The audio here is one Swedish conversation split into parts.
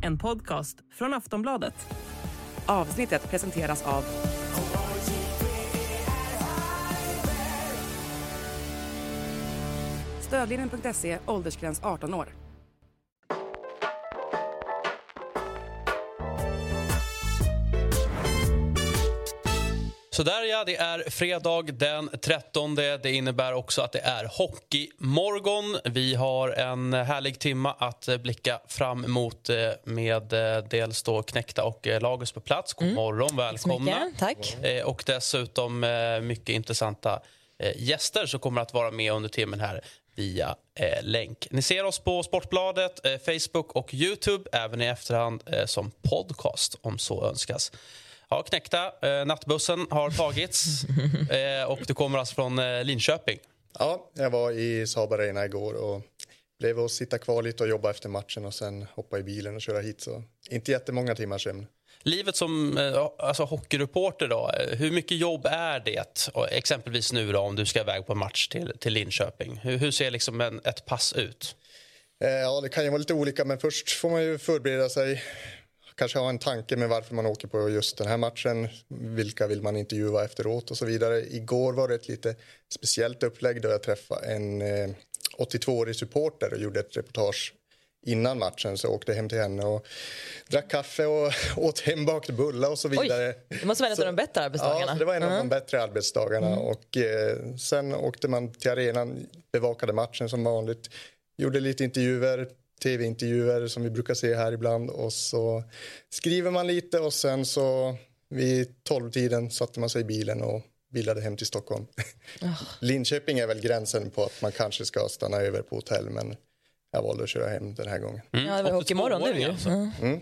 en podcast från Aftonbladet. Avsnittet presenteras av Stödlinjen.se, åldersgräns 18 år. Så där ja, det är fredag den 13. Det innebär också att det är hockeymorgon. Vi har en härlig timma att blicka fram emot med dels då Knäckta och Lagers på plats. God morgon, välkomna. Tack. Och dessutom mycket intressanta gäster som kommer att vara med under timmen här via länk. Ni ser oss på Sportbladet, Facebook och YouTube, även i efterhand som podcast om så önskas. Ja, Knäckta, nattbussen har tagits och du kommer alltså från Linköping. Ja, jag var i Saab Arena igår och blev att sitta kvar lite och jobba efter matchen och sen hoppa i bilen och köra hit. Så inte jättemånga timmar sen. Livet som alltså hockeyreporter då, hur mycket jobb är det? Exempelvis nu då, om du ska iväg på match till Linköping. Hur ser liksom ett pass ut? Ja, det kan ju vara lite olika, men först får man ju förbereda sig. Kanske ha en tanke med varför man åker på just den här matchen. Vilka vill man intervjua efteråt och så vidare. Igår var det ett lite speciellt upplägg då jag träffade en 82-årig supporter och gjorde ett reportage innan matchen. Så åkte hem till henne och drack kaffe och åt hembakt bullar och så vidare. Oj, det måste vara en av de bättre arbetsdagarna. Ja, det var en av de bättre arbetsdagarna. Och sen åkte man till arenan, bevakade matchen som vanligt. Gjorde lite intervjuer, tv-intervjuer som vi brukar se här ibland, och så skriver man lite och sen så vid 12-tiden satte man sig i bilen och bildade hem till Stockholm. Linköping är väl gränsen på att man kanske ska stanna över på hotell, men jag valde att köra hem den här gången. Ja, det var hockeymorgon nu ju. Alltså.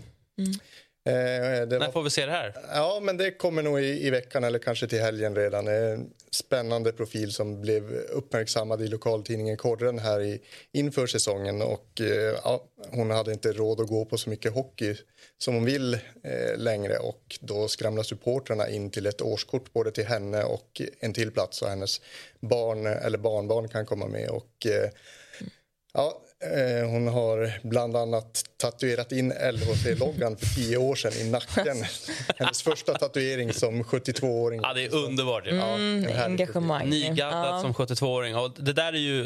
När får vi se det här? Ja, men det kommer nog i veckan eller kanske till helgen redan. En spännande profil som blev uppmärksammad i lokaltidningen Korren här inför säsongen. Och hon hade inte råd att gå på så mycket hockey som hon vill längre. Och då skramlar supportrarna in till ett årskort både till henne och en till plats. Så hennes barn eller barnbarn kan komma med. Och hon har bland annat tatuerat in LHC-loggan för 10 år sedan i nacken. Hennes första tatuering som 72-åring. Ja, det är underbart. Engagemang. Nygaddad som 72-åring. Och det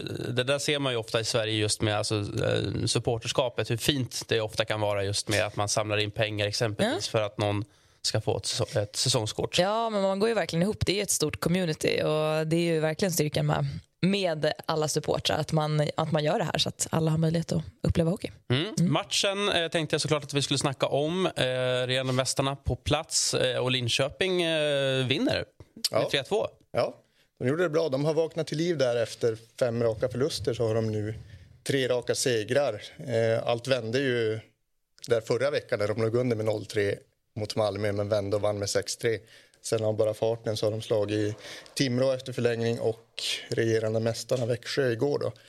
där ser man ju ofta i Sverige just med supporterskapet. Hur fint det ofta kan vara just med att man samlar in pengar exempelvis för att någon ska få ett säsongskort. Ja, men man går ju verkligen ihop. Det är ett stort community och det är ju verkligen styrkan med alla supportrar att man gör det här så att alla har möjlighet att uppleva hockey. Matchen tänkte jag såklart att vi skulle snacka om. Redan mästarna på plats och Linköping vinner med 3-2. Ja, de gjorde det bra. De har vaknat till liv där efter 5 raka förluster, så har de nu 3 raka segrar. Allt vände ju där förra veckan när de låg under med 0-3 mot Malmö, men vände och vann med 6-3. Sen av bara farten så har de slagit Timrå efter förlängning och regerande mästarna Växjö igår då.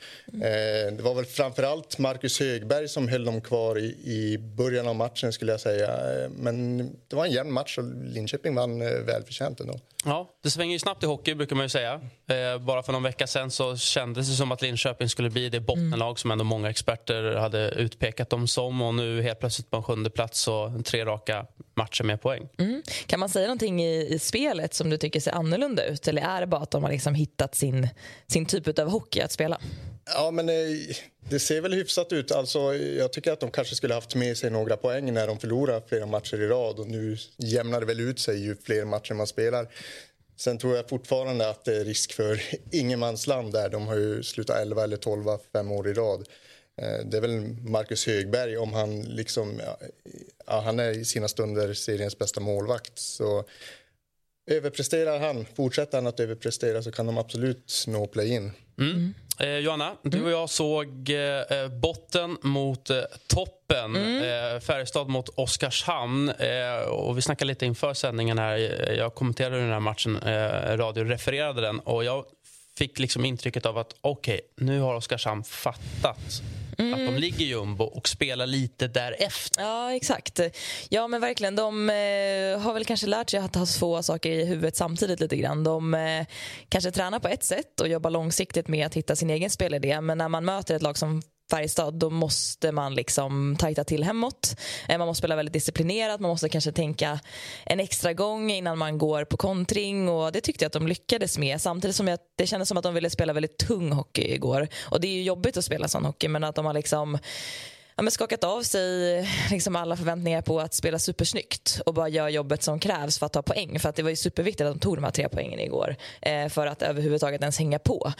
Det var väl framförallt Marcus Högberg som höll dem kvar i början av matchen, skulle jag säga. Men det var en jämn match och Linköping vann välförtjänt ändå. Ja, det svänger ju snabbt i hockey brukar man ju säga. Bara för någon vecka sedan så kändes det som att Linköping skulle bli det bottenlag som ändå många experter hade utpekat dem som. Och nu helt plötsligt på en 7:e plats och 3 raka matcher med poäng. Kan man säga någonting i spelet som du tycker ser annorlunda ut? Eller är det bara att de har liksom hittat sin typ av hockey att spela? Ja, men det ser väl hyfsat ut. Alltså, jag tycker att de kanske skulle haft med sig några poäng när de förlorar flera matcher i rad. Och nu jämnar det väl ut sig ju fler matcher man spelar. Sen tror jag fortfarande att det är risk för ingenmansland där. De har ju slutat 11 eller 12 5 år i rad. Det är väl Marcus Högberg, om han liksom... Ja, han är i sina stunder seriens bästa målvakt. Så överpresterar han, fortsätter han att överprestera, så kan de absolut nå play-in. Johanna, du och jag såg botten mot toppen, Färjestad mot Oskarshamn, och vi snackade lite inför sändningen här. Jag kommenterade den här matchen, radio refererade den, och jag fick liksom intrycket av att nu har Oskarshamn fattat att de ligger jumbo och spelar lite därefter. Ja, exakt. Ja, men verkligen. De har väl kanske lärt sig att ha 2 saker i huvudet samtidigt lite grann. De kanske tränar på ett sätt och jobbar långsiktigt med att hitta sin egen spelidé. Men när man möter ett lag som Färjestad, då måste man liksom tajta till hemåt. Man måste spela väldigt disciplinerat, man måste kanske tänka en extra gång innan man går på kontring, och det tyckte jag att de lyckades med, samtidigt som det kändes som att de ville spela väldigt tung hockey igår, och det är ju jobbigt att spela sån hockey, men att de har liksom skakat av sig liksom alla förväntningar på att spela supersnyggt och bara göra jobbet som krävs för att ta poäng. För att det var ju superviktigt att de tog de här 3 poängen igår för att överhuvudtaget ens hänga på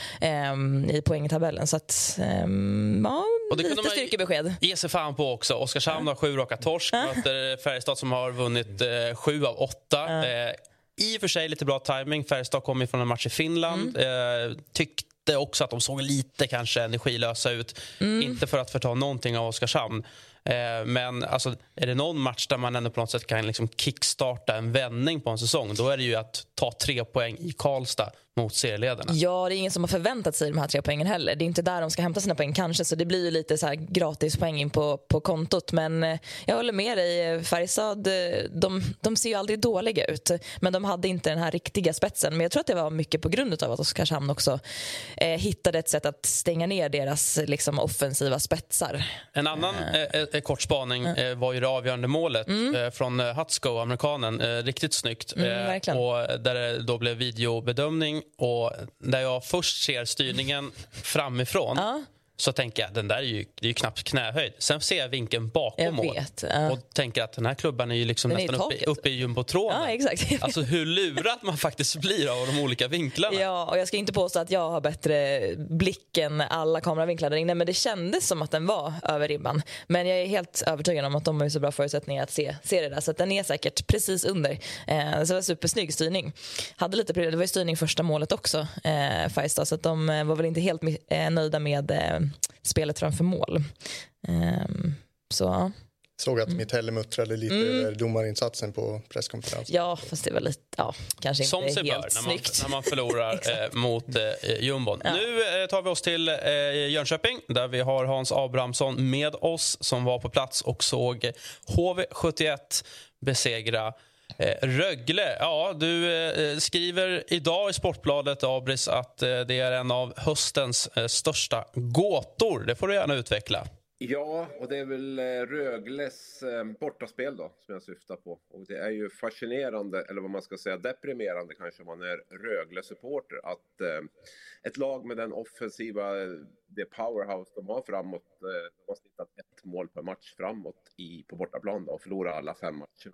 i poängtabellen. Så att, och det lite styrkebesked. Ge sig fan på också. Oskarshamn har 7 raka torsk. Möter Färjestad som har vunnit 7 av 8. I och för sig lite bra timing. Färjestad kom från en match i Finland. Tyckte också att de såg lite kanske energilösa ut. Inte för att förta någonting av Oskarshamn. Men alltså, är det någon match där man ändå på något sätt kan liksom kickstarta en vändning på en säsong, då är det ju att ta 3 poäng i Karlstad mot serieledarna. Ja, det är ingen som har förväntat sig de här 3 poängen heller. Det är inte där de ska hämta sina poäng kanske, så det blir ju lite så här gratis poäng in på kontot. Men jag håller med dig, Färjestad, de ser ju aldrig dåliga ut, men de hade inte den här riktiga spetsen. Men jag tror att det var mycket på grund av att Oskarshamn också hittade ett sätt att stänga ner deras liksom offensiva spetsar. En annan kort spaning var ju det avgörande målet från Hutsko, amerikanen. Riktigt snyggt. Och där det då blev videobedömning, och där jag först ser styrningen framifrån så tänker jag, det är ju knappt knähöjd. Sen ser jag vinkeln bakom mål och tänker att den här klubban är ju liksom nästan uppe i jumbotronen. Ja, exakt. Alltså hur lurat man faktiskt blir av de olika vinklarna. Ja, och jag ska inte påstå att jag har bättre blick än alla kameravinklar där inne, men det kändes som att den var över ribban. Men jag är helt övertygad om att de har så bra förutsättningar att se det där, så att den är säkert precis under. Så det var supersnygg styrning. Hade lite problem, det var ju styrning första målet också, Färjestad, så att de var väl inte helt nöjda med spelet framför mål. Så såg att mitt heller muttrade lite över domarinsatsen på presskonferensen. Ja, fast det var lite, kanske inte som helt snyggt. När man förlorar mot jumbon. Ja. Nu tar vi oss till Jönköping, där vi har Hans Abrahamsson med oss, som var på plats och såg HV71 besegra Rögle. Ja, du skriver idag i Sportbladet, Abris, att det är en av höstens största gåtor. Det får du gärna utveckla. Ja, och det är väl Rögles bortaspel då som jag syftar på. Och det är ju fascinerande, eller vad man ska säga, deprimerande kanske om man är Rögle-supporter, att ett lag med den offensiva, det powerhouse de har framåt, de har snittat 1 mål per match framåt på bortaplan då, och förlorar alla 5 matcherna.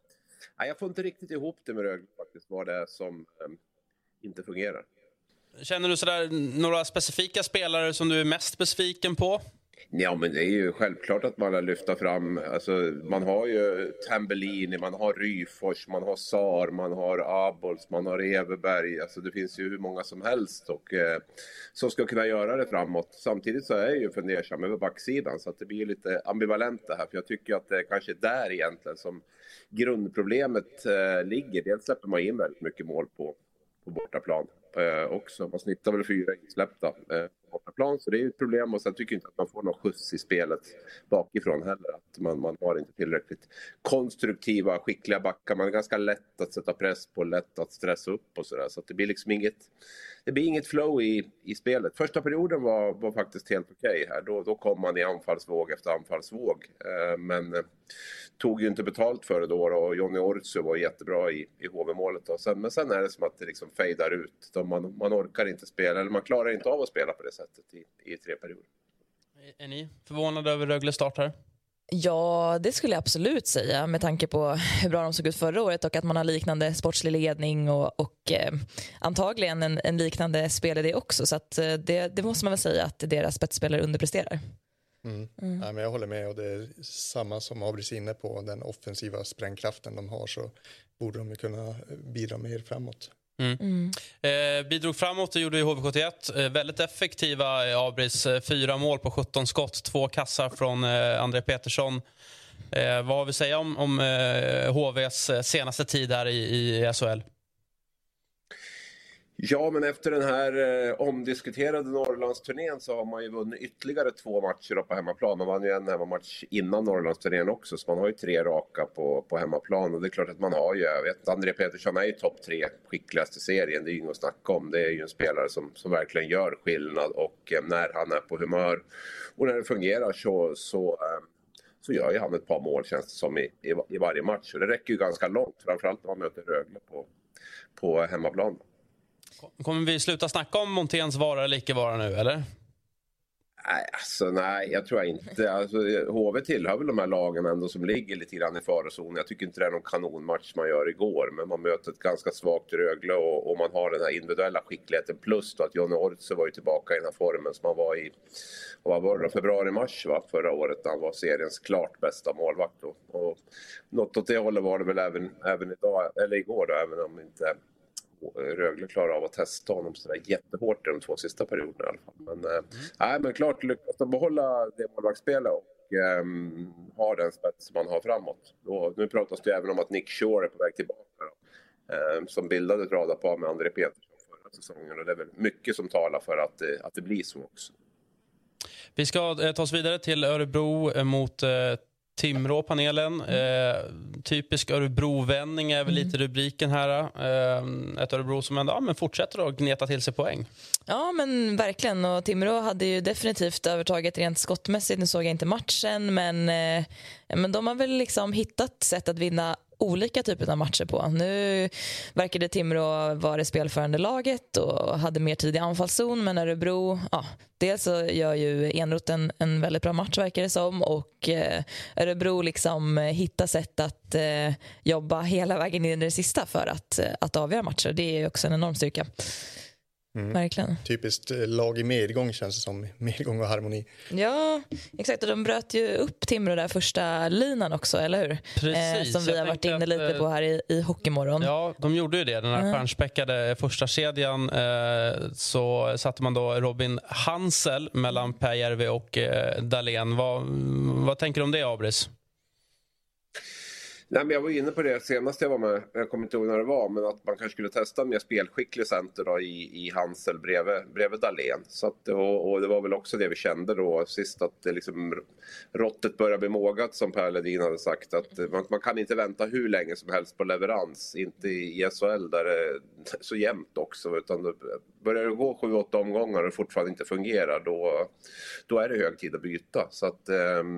Ja, jag får inte riktigt ihop det med Rögle faktiskt, vad det är som inte fungerar. Känner du sådär några specifika spelare som du är mest besviken på? Ja, men det är ju självklart att man har lyft fram, alltså, man har ju Tambellini, man har Ryfors, man har Sar, man har Abols, man har Everberg, alltså det finns ju hur många som helst och som ska kunna göra det framåt. Samtidigt så är jag ju fundersam över backsidan, så att det blir lite ambivalent det här, för jag tycker att det är kanske där egentligen som grundproblemet ligger. Dels släpper man in väldigt mycket mål på bortaplan också. Man snittar väl 4 insläppta på bortaplan, så det är ju ett problem. Och sen tycker jag inte att man får någon skjuts i spelet bakifrån heller. Att man har inte tillräckligt konstruktiva, skickliga backar. Man är ganska lätt att sätta press på, lätt att stressa upp och sådär. Så att det blir liksom inget flow i spelet. Första perioden var faktiskt helt okej här. Då kom man i anfallsvåg efter anfallsvåg. Men tog ju inte betalt för det då, och Johnny Orsu var jättebra i HV-målet. Men sen är det som att det liksom fejdar ut. Man orkar inte spela, eller man klarar inte av att spela på det sättet i 3 perioder. Är ni förvånade över Rögles start här? Ja, det skulle jag absolut säga, med tanke på hur bra de såg ut förra året och att man har liknande sportslig ledning och antagligen en liknande spelidé också. Så att det måste man väl säga att deras spetsspelare underpresterar. Ja, men jag håller med, och det är samma som Abris inne på, den offensiva sprängkraften de har, så borde de kunna bidra mer framåt. Bidrog framåt, det gjorde ju HV71 väldigt effektiva. Abris 4 mål på 17 skott, 2 kassar från André Petersson. Vad har vi säga om HVs senaste tid här i SHL? Ja, men efter den här omdiskuterade Norrlandsturnén så har man ju vunnit ytterligare 2 matcher på hemmaplan. Man vann ju en hemmamatch innan Norrlandsturnén också, så man har ju 3 raka på hemmaplan. Och det är klart att man har ju, jag vet, André Petersson är ju topp 3 skickligaste serien, det är ju inget att snacka om. Det är ju en spelare som verkligen gör skillnad, och när han är på humör och när det fungerar så gör ju han ett par mål, känns det som, i varje match. Och det räcker ju ganska långt, framförallt när man möter Rögle på hemmaplan. Kommer vi sluta snacka om Monténs vara eller icke vara nu, eller? Nej, jag tror inte. Alltså, HV tillhör väl de här lagen ändå som ligger lite grann i farozonen. Jag tycker inte det är någon kanonmatch man gör igår, men man möter ett ganska svagt Rögle och man har den här individuella skickligheten, plus då att Johnny Ortse var ju tillbaka i den här formen som han var i februari-mars förra året, när han var seriens klart bästa målvakt. Och något åt det hållet var det väl även idag, eller igår då, även om inte Rögle klarar av att testa honom så där jättehårt i de 2 sista perioderna i alla fall. Men klart lyckas de behålla det målvaktsspelet och ha den spets man har framåt. Nu pratas det även om att Nick Shore är på väg tillbaka som bildade ett radarpar med André Petersson förra säsongen, och det är väl mycket som talar för att det blir så också. Vi ska ta oss vidare till Örebro mot Timrå-panelen. Typisk Örebro-vändning är väl lite rubriken här. Ett Örebro som ändå fortsätter att gneta till sig poäng. Ja, men verkligen. Och Timrå hade ju definitivt övertaget rent skottmässigt. Nu såg jag inte matchen, men de har väl liksom hittat sätt att vinna olika typer av matcher på. Nu verkade Timrå vara det spelförande laget och hade mer tid i anfallszon, men Örebro, dels så gör ju Enroth en väldigt bra match, verkar det som, och Örebro liksom hittar sätt att jobba hela vägen in i det sista för att avgöra matcher. Det är ju också en enorm styrka. Verkligen. Typiskt lag i medgång, känns det som. Medgång och harmoni. Ja, exakt. Och de bröt ju upp Timrå där första linan också, eller hur? Precis. Som vi har varit inne lite på här i Hockeymorgon. Ja, de gjorde ju det. Den här stjärnspäckade första kedjan, så satte man då Robin Hansel mellan Pääjärvi och Dahlén. Vad tänker du om det, Abris? Nej, men jag var inne på det senast jag var med. Jag kommer inte ihåg när det var, men att man kanske skulle testa en mer spelskicklig center då i Hansel bredvid Dahlén. Så att, och det var väl också det vi kände då sist, att det liksom, råttet börjar bli mågat, som Per Ledin hade sagt. Att man kan inte vänta hur länge som helst på leverans. Inte i SHL där det är så jämnt också. Utan då börjar det gå 7-8 omgångar och fortfarande inte fungerar. Då är det hög tid att byta. Så att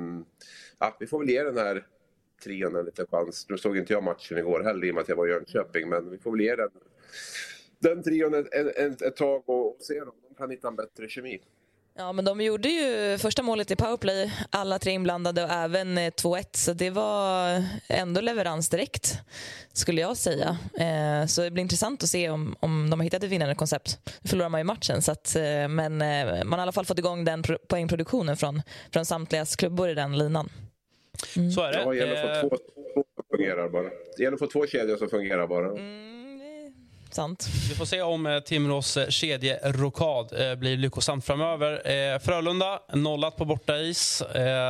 vi får väl ge den här trion en liten chans. Nu såg inte jag matchen igår heller i och med att jag var i Jönköping, men vi får väl ge den trion ett tag och se om de kan hitta en bättre kemi. Ja, men de gjorde ju första målet i powerplay, alla 3 inblandade, och även 2-1, så det var ändå leverans direkt, skulle jag säga. Så det blir intressant att se om de har hittat ett vinnande koncept. Nu förlorar man ju matchen, så att, men man har i alla fall fått igång den poängproduktionen från samtligas klubbor i den linan. Så är det. Ja, det gäller att få 2 som fungerar bara. Det gäller att få 2 kedjor som fungerar bara. Sant. Vi får se om Timrås kedjerokad blir lyckosamt framöver. Frölunda nollat på bortais,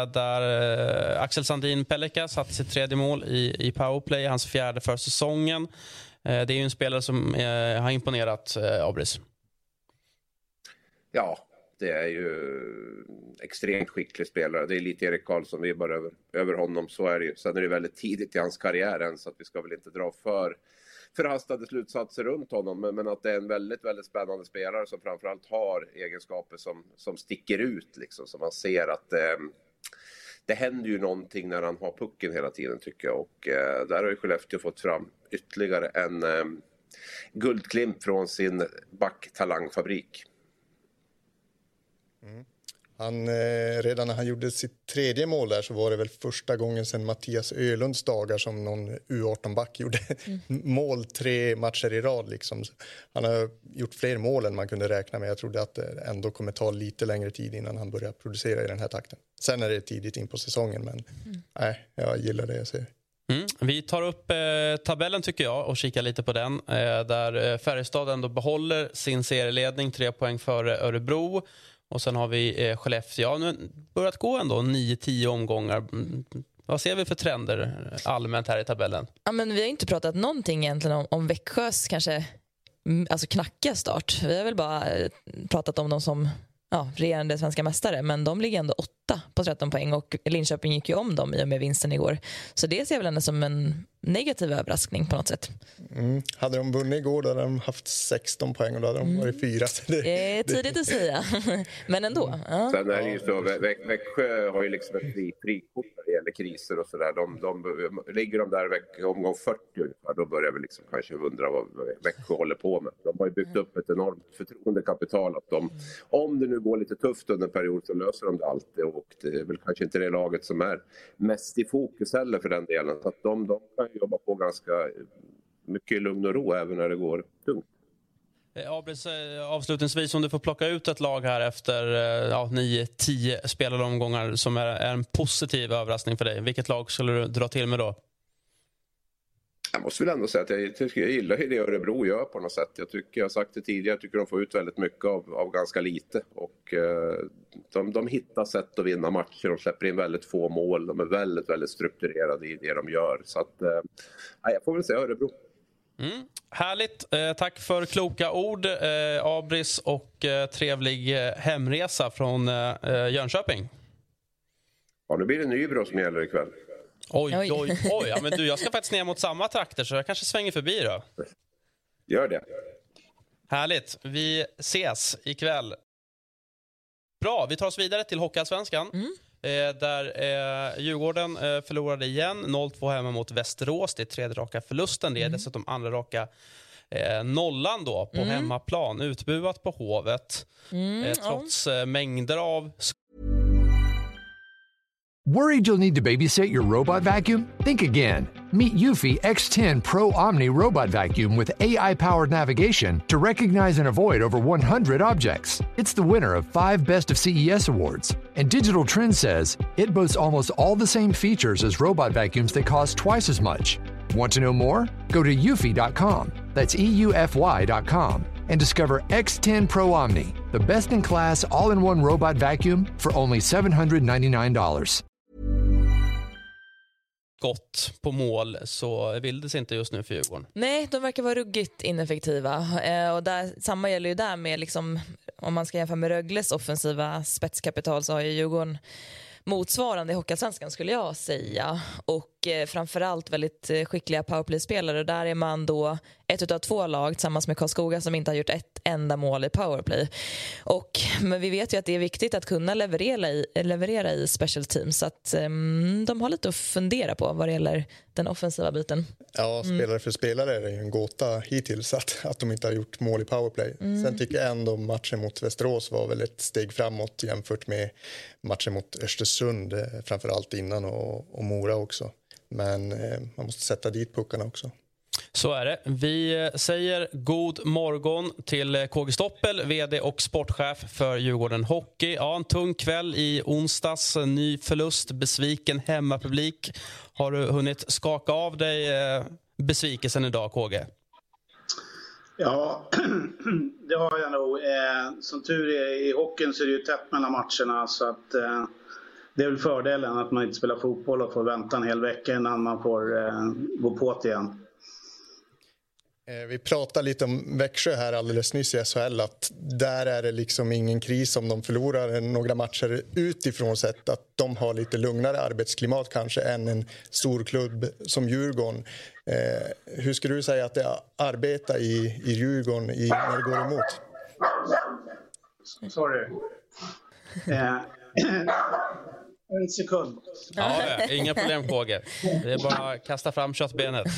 där Axel Sandin Pellikka satte sitt 3:e mål i powerplay, hans 4:e för säsongen. Det är ju en spelare som har imponerat, Abris. Ja. Det är ju extremt skicklig spelare. Det är lite Erik Karlsson, vi är bara över honom, så är det ju. Sen är det väldigt tidigt i hans karriär än, så att vi ska väl inte dra för förhastade slutsatser runt honom. Men att det är en väldigt, väldigt spännande spelare som framförallt har egenskaper som sticker ut. Liksom. Så man ser att det händer ju någonting när han har pucken hela tiden, tycker jag. Och där har ju Skellefteå fått fram ytterligare en guldklimp från sin backtalangfabrik. Redan när han gjorde sitt 3:e mål där, så var det väl första gången sedan Mattias Ölunds dagar som någon U18-back gjorde mål 3 matcher i rad. Liksom. Han har gjort fler mål än man kunde räkna med. Jag trodde att det ändå kommer ta lite längre tid innan han börjar producera i den här takten. Sen är det tidigt in på säsongen, men jag gillar det jag ser. Vi tar upp tabellen, tycker jag, och kikar lite på den. Där Färjestad ändå behåller sin serieledning, 3 poäng före Örebro. Och sen har vi Skellefteå. Ja, nu börjat gå ändå 9-10 omgångar. Vad ser vi för trender allmänt här i tabellen? Ja, men vi har inte pratat någonting egentligen om Växjös kanske alltså knackiga start. Vi har väl bara pratat om dem som regerande svenska mästare, men de ligger ändå 8 på 13 poäng och Linköping gick ju om dem i och med vinsten igår. Så det ser jag väl ändå som en negativ överraskning på något sätt. Hade de vunnit igår då hade de haft 16 poäng och då hade de varit 4. Så det är tidigt att säga, men ändå. Ja. Sen är det ju så, Växjö har ju liksom ett frikort när det gäller kriser och sådär. Ligger de där omgång 40 ungefär, då börjar vi liksom kanske undra vad Växjö håller på med. De har ju byggt upp ett enormt förtroendekapital att om det nu går lite tufft under en period så löser de det alltid, och det är väl kanske inte det laget som är mest i fokus heller för den delen. Så att de kan jobba på ganska mycket lugn och ro även när det går tungt. Avslutningsvis, om du får plocka ut ett lag här efter 9-10 spelade omgångar som är en positiv överraskning för dig, vilket lag skulle du dra till med då? Jag måste väl ändå säga att jag gillar det Örebro gör på något sätt. Jag har sagt det tidigare, jag tycker de får ut väldigt mycket av ganska lite. Och de hittar sätt att vinna matcher, de släpper in väldigt få mål. De är väldigt, väldigt strukturerade i det de gör. Så att, jag får väl säga Örebro. Härligt, tack för kloka ord Abris, och trevlig hemresa från Jönköping. Ja, nu blir det Nybro som gäller ikväll. Oj. Ja, men jag ska faktiskt ner mot samma trakter, så jag kanske svänger förbi då. Gör det. Härligt, vi ses ikväll. Bra, vi tar oss vidare till Hockeyallsvenskan. Där Djurgården förlorade igen 0-2 hemma mot Västerås. Det är tredje raka förlusten. Det är dessutom andra raka nollan då på hemmaplan. Utbuat på Hovet. Trots mängder av... Worried you'll need to babysit your robot vacuum? Think again. Meet Eufy X10 Pro Omni Robot Vacuum with AI-powered navigation to recognize and avoid over 100 objects. It's the winner of 5 Best of CES awards. And Digital Trends says it boasts almost all the same features as robot vacuums that cost twice as much. Want to know more? Go to eufy.com. That's EUFY.com. And discover X10 Pro Omni, the best-in-class all-in-one robot vacuum for only $799. Gott på mål, så vill det sig inte just nu för Djurgården. Nej, de verkar vara ruggigt ineffektiva. Och samma gäller ju där med, liksom, om man ska jämföra med Rögles offensiva spetskapital, så har ju Djurgården motsvarande i Hockeyallsvenskan, skulle jag säga. Och framförallt väldigt skickliga powerplay-spelare. Där är man då ett utav 2 lag tillsammans med Karlskoga som inte har gjort ett enda mål i powerplay. Men vi vet ju att det är viktigt att kunna leverera i special teams. Så att de har lite att fundera på vad det gäller den offensiva biten. Ja, spelare för spelare är det ju en gåta hittills att de inte har gjort mål i powerplay. Sen tycker jag ändå matchen mot Västerås var väl ett steg framåt jämfört med matchen mot Östersund, framförallt innan, och Mora också. Men man måste sätta dit puckarna också. Så är det. Vi säger god morgon till KG Stoppel, vd och sportchef för Djurgården Hockey. Ja, en tung kväll i onsdags, ny förlust, besviken hemmapublik. Har du hunnit skaka av dig besvikelsen idag, KG? Ja, det har jag nog. Som tur är i hockeyn så är det ju tätt mellan matcherna, så att det är väl fördelen att man inte spelar fotboll och får vänta en hel vecka innan man får gå på det igen. Vi pratade lite om Växjö här alldeles nyss i SHL, att där är det liksom ingen kris om de förlorar några matcher utifrån sett, att de har lite lugnare arbetsklimat kanske än en stor klubb som Djurgården. Hur skulle du säga att det arbetar i Djurgården när det går emot? Sorry. En sekund. Ja, inga problem, KG. Det är bara att kasta fram köttbenet.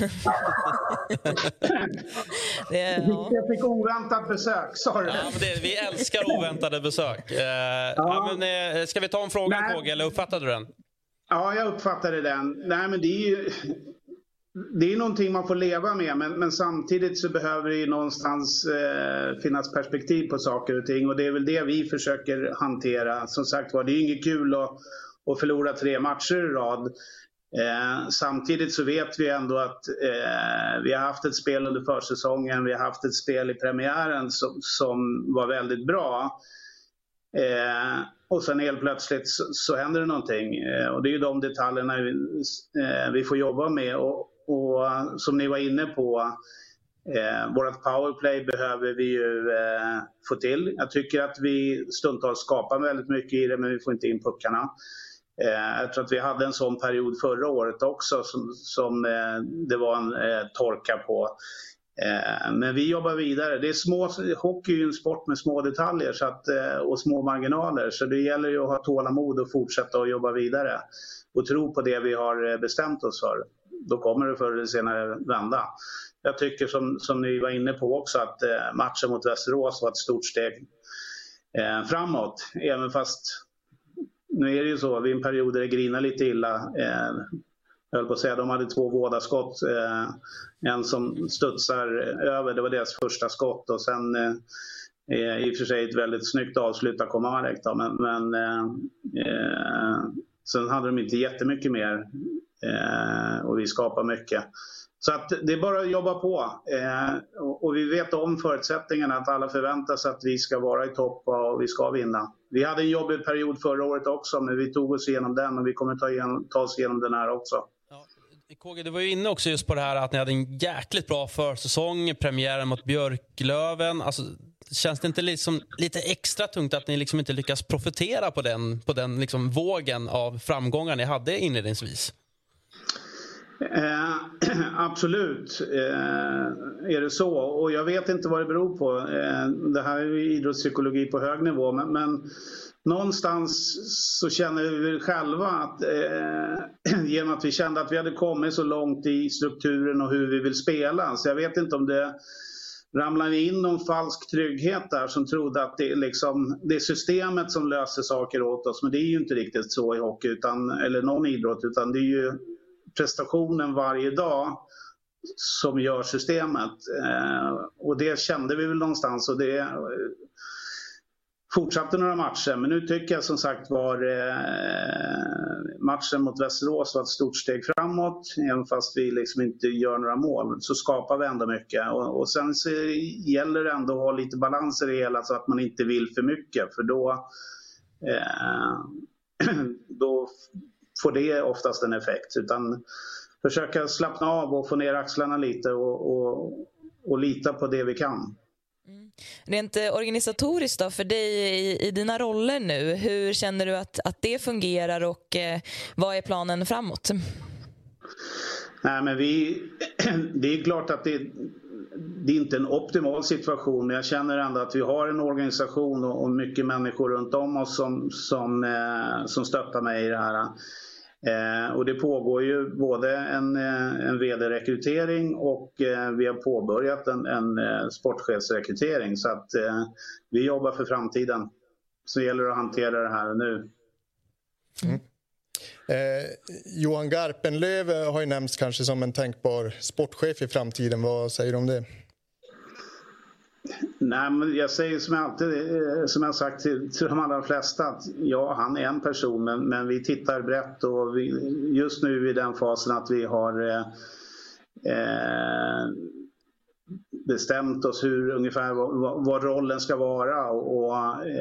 Jag fick oväntat besök, sorry. Ja, men vi älskar oväntade besök. Ska vi ta en fråga, KG, eller uppfattade du den? Ja, jag uppfattade den. Nej, men det är någonting man får leva med, men samtidigt så behöver det ju någonstans finnas perspektiv på saker och ting, och det är väl det vi försöker hantera. Som sagt var, det är inget kul att förlora 3 matcher i rad. Samtidigt så vet vi ändå att vi har haft ett spel under försäsongen, vi har haft ett spel i premiären som var väldigt bra. Och sen helt plötsligt så händer det någonting. Och det är ju de detaljerna vi får jobba med. Och som ni var inne på, Vårt powerplay behöver vi ju få till. Jag tycker att vi stundtals skapar väldigt mycket i det, men vi får inte in puckarna. Jag tror att vi hade en sån period förra året också som det var en torka på. Men vi jobbar vidare. Det är hockey är ju en sport med små detaljer och små marginaler. Så det gäller ju att ha tålamod och fortsätta att jobba vidare. Och tro på det vi har bestämt oss för. Då kommer det förr eller senare vända. Jag tycker som ni var inne på också att matchen mot Västerås var ett stort steg framåt. Även fast nu är det ju så, vid en period där det grinar lite illa. Jag höll på att säga, de hade 2 vådaskott. En som studsar över, det var deras första skott. Och sen i och för sig ett väldigt snyggt avslut av Komarek. Men sen hade de inte jättemycket mer. Och vi skapar mycket. Så att det är bara att jobba på. Och vi vet om förutsättningarna, att alla förväntar sig att vi ska vara i topp och vi ska vinna. Vi hade en jobbig period förra året också, men vi tog oss igenom den och vi kommer ta oss igenom den här också. Ja, KG, du var ju inne också just på det här att ni hade en jäkligt bra försäsong, premiären mot Björklöven. Alltså, känns det inte liksom lite extra tungt att ni liksom inte lyckas profitera på den liksom vågen av framgångar ni hade inledningsvis? Absolut är det så, och jag vet inte vad det beror på. Det här är ju idrottspsykologi på hög nivå, men någonstans så känner vi själva att genom att vi kände att vi hade kommit så långt i strukturen och hur vi vill spela, så jag vet inte om det ramlade in någon falsk trygghet där som trodde att det är systemet som löser saker åt oss, men det är ju inte riktigt så i hockey eller någon idrott, utan det är ju prestationen varje dag som gör systemet. Och det kände vi väl någonstans, och det fortsatte några matcher. Men nu tycker jag som sagt matchen mot Västerås var ett stort steg framåt. Även fast vi liksom inte gör några mål så skapar vi ändå mycket. Och sen så gäller det ändå att ha lite balans i det hela, så att man inte vill för mycket. För då får det oftast en effekt, utan försöka slappna av och få ner axlarna lite och lita på det vi kan. Rent organisatoriskt då, för dig i dina roller nu, hur känner du att det fungerar och vad är planen framåt? Nej, men det är klart att det är inte en optimal situation, men jag känner ändå att vi har en organisation och mycket människor runt om oss som stöttar mig i det här. Och det pågår ju både en vd-rekrytering och vi har påbörjat en sportchefsrekrytering, så att vi jobbar för framtiden. Så gäller det att hantera det här nu. Johan Garpenlöv har ju nämnts kanske som en tänkbar sportchef i framtiden. Vad säger du om det? Nej, men jag säger som jag sagt till de allra flesta, att ja, han är en person, men vi tittar brett, och just nu är vi i den fasen att vi har bestämt oss ungefär vad rollen ska vara och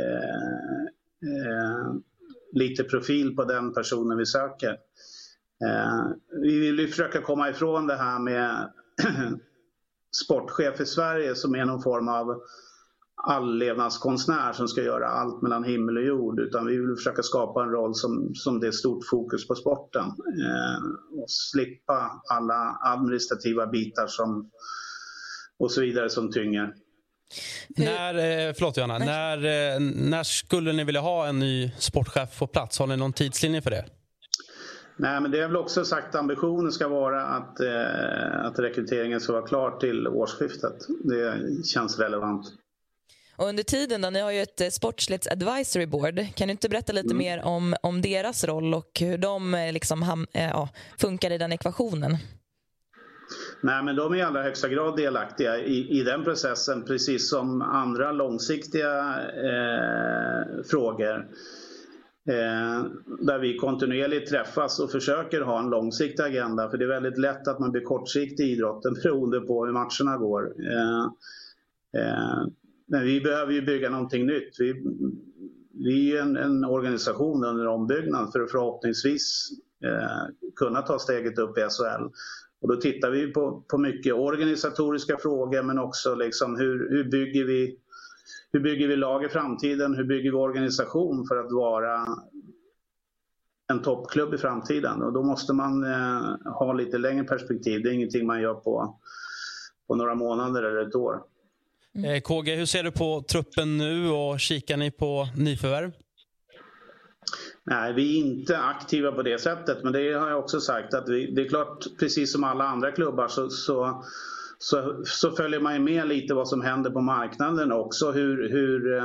lite profil på den personen vi söker. Vi vill ju försöka komma ifrån det här med sportchef i Sverige som är någon form av allevnadskonstnär som ska göra allt mellan himmel och jord, utan vi vill försöka skapa en roll som det är stort fokus på sporten och slippa alla administrativa bitar och så vidare som tynger. Förlåt Johanna, när skulle ni vilja ha en ny sportchef på plats? Har ni någon tidslinje för det? Nej, men det är väl också sagt, ambitionen ska vara att rekryteringen ska vara klar till årsskiftet. Det känns relevant. Och under tiden då, ni har ju ett sportsligt advisory board. Kan du inte berätta lite mer om deras roll och hur de liksom funkar i den ekvationen? Nej, men de är i allra högsta grad delaktiga i den processen, precis som andra långsiktiga frågor. Där vi kontinuerligt träffas och försöker ha en långsiktig agenda, för det är väldigt lätt att man blir kortsiktig i idrotten beroende på hur matcherna går. Men vi behöver ju bygga någonting nytt. Vi är en organisation under ombyggnad för att förhoppningsvis kunna ta steget upp i SHL. Och då tittar vi på mycket organisatoriska frågor, men också liksom hur bygger vi lag i framtiden? Hur bygger vi organisation för att vara en toppklubb i framtiden? Och då måste man ha lite längre perspektiv. Det är ingenting man gör på några månader eller ett år. KG, hur ser du på truppen nu och kikar ni på nyförvärv? Nej, vi är inte aktiva på det sättet, men det har jag också sagt att det är klart, precis som alla andra klubbar så följer man ju med lite vad som händer på marknaden också, hur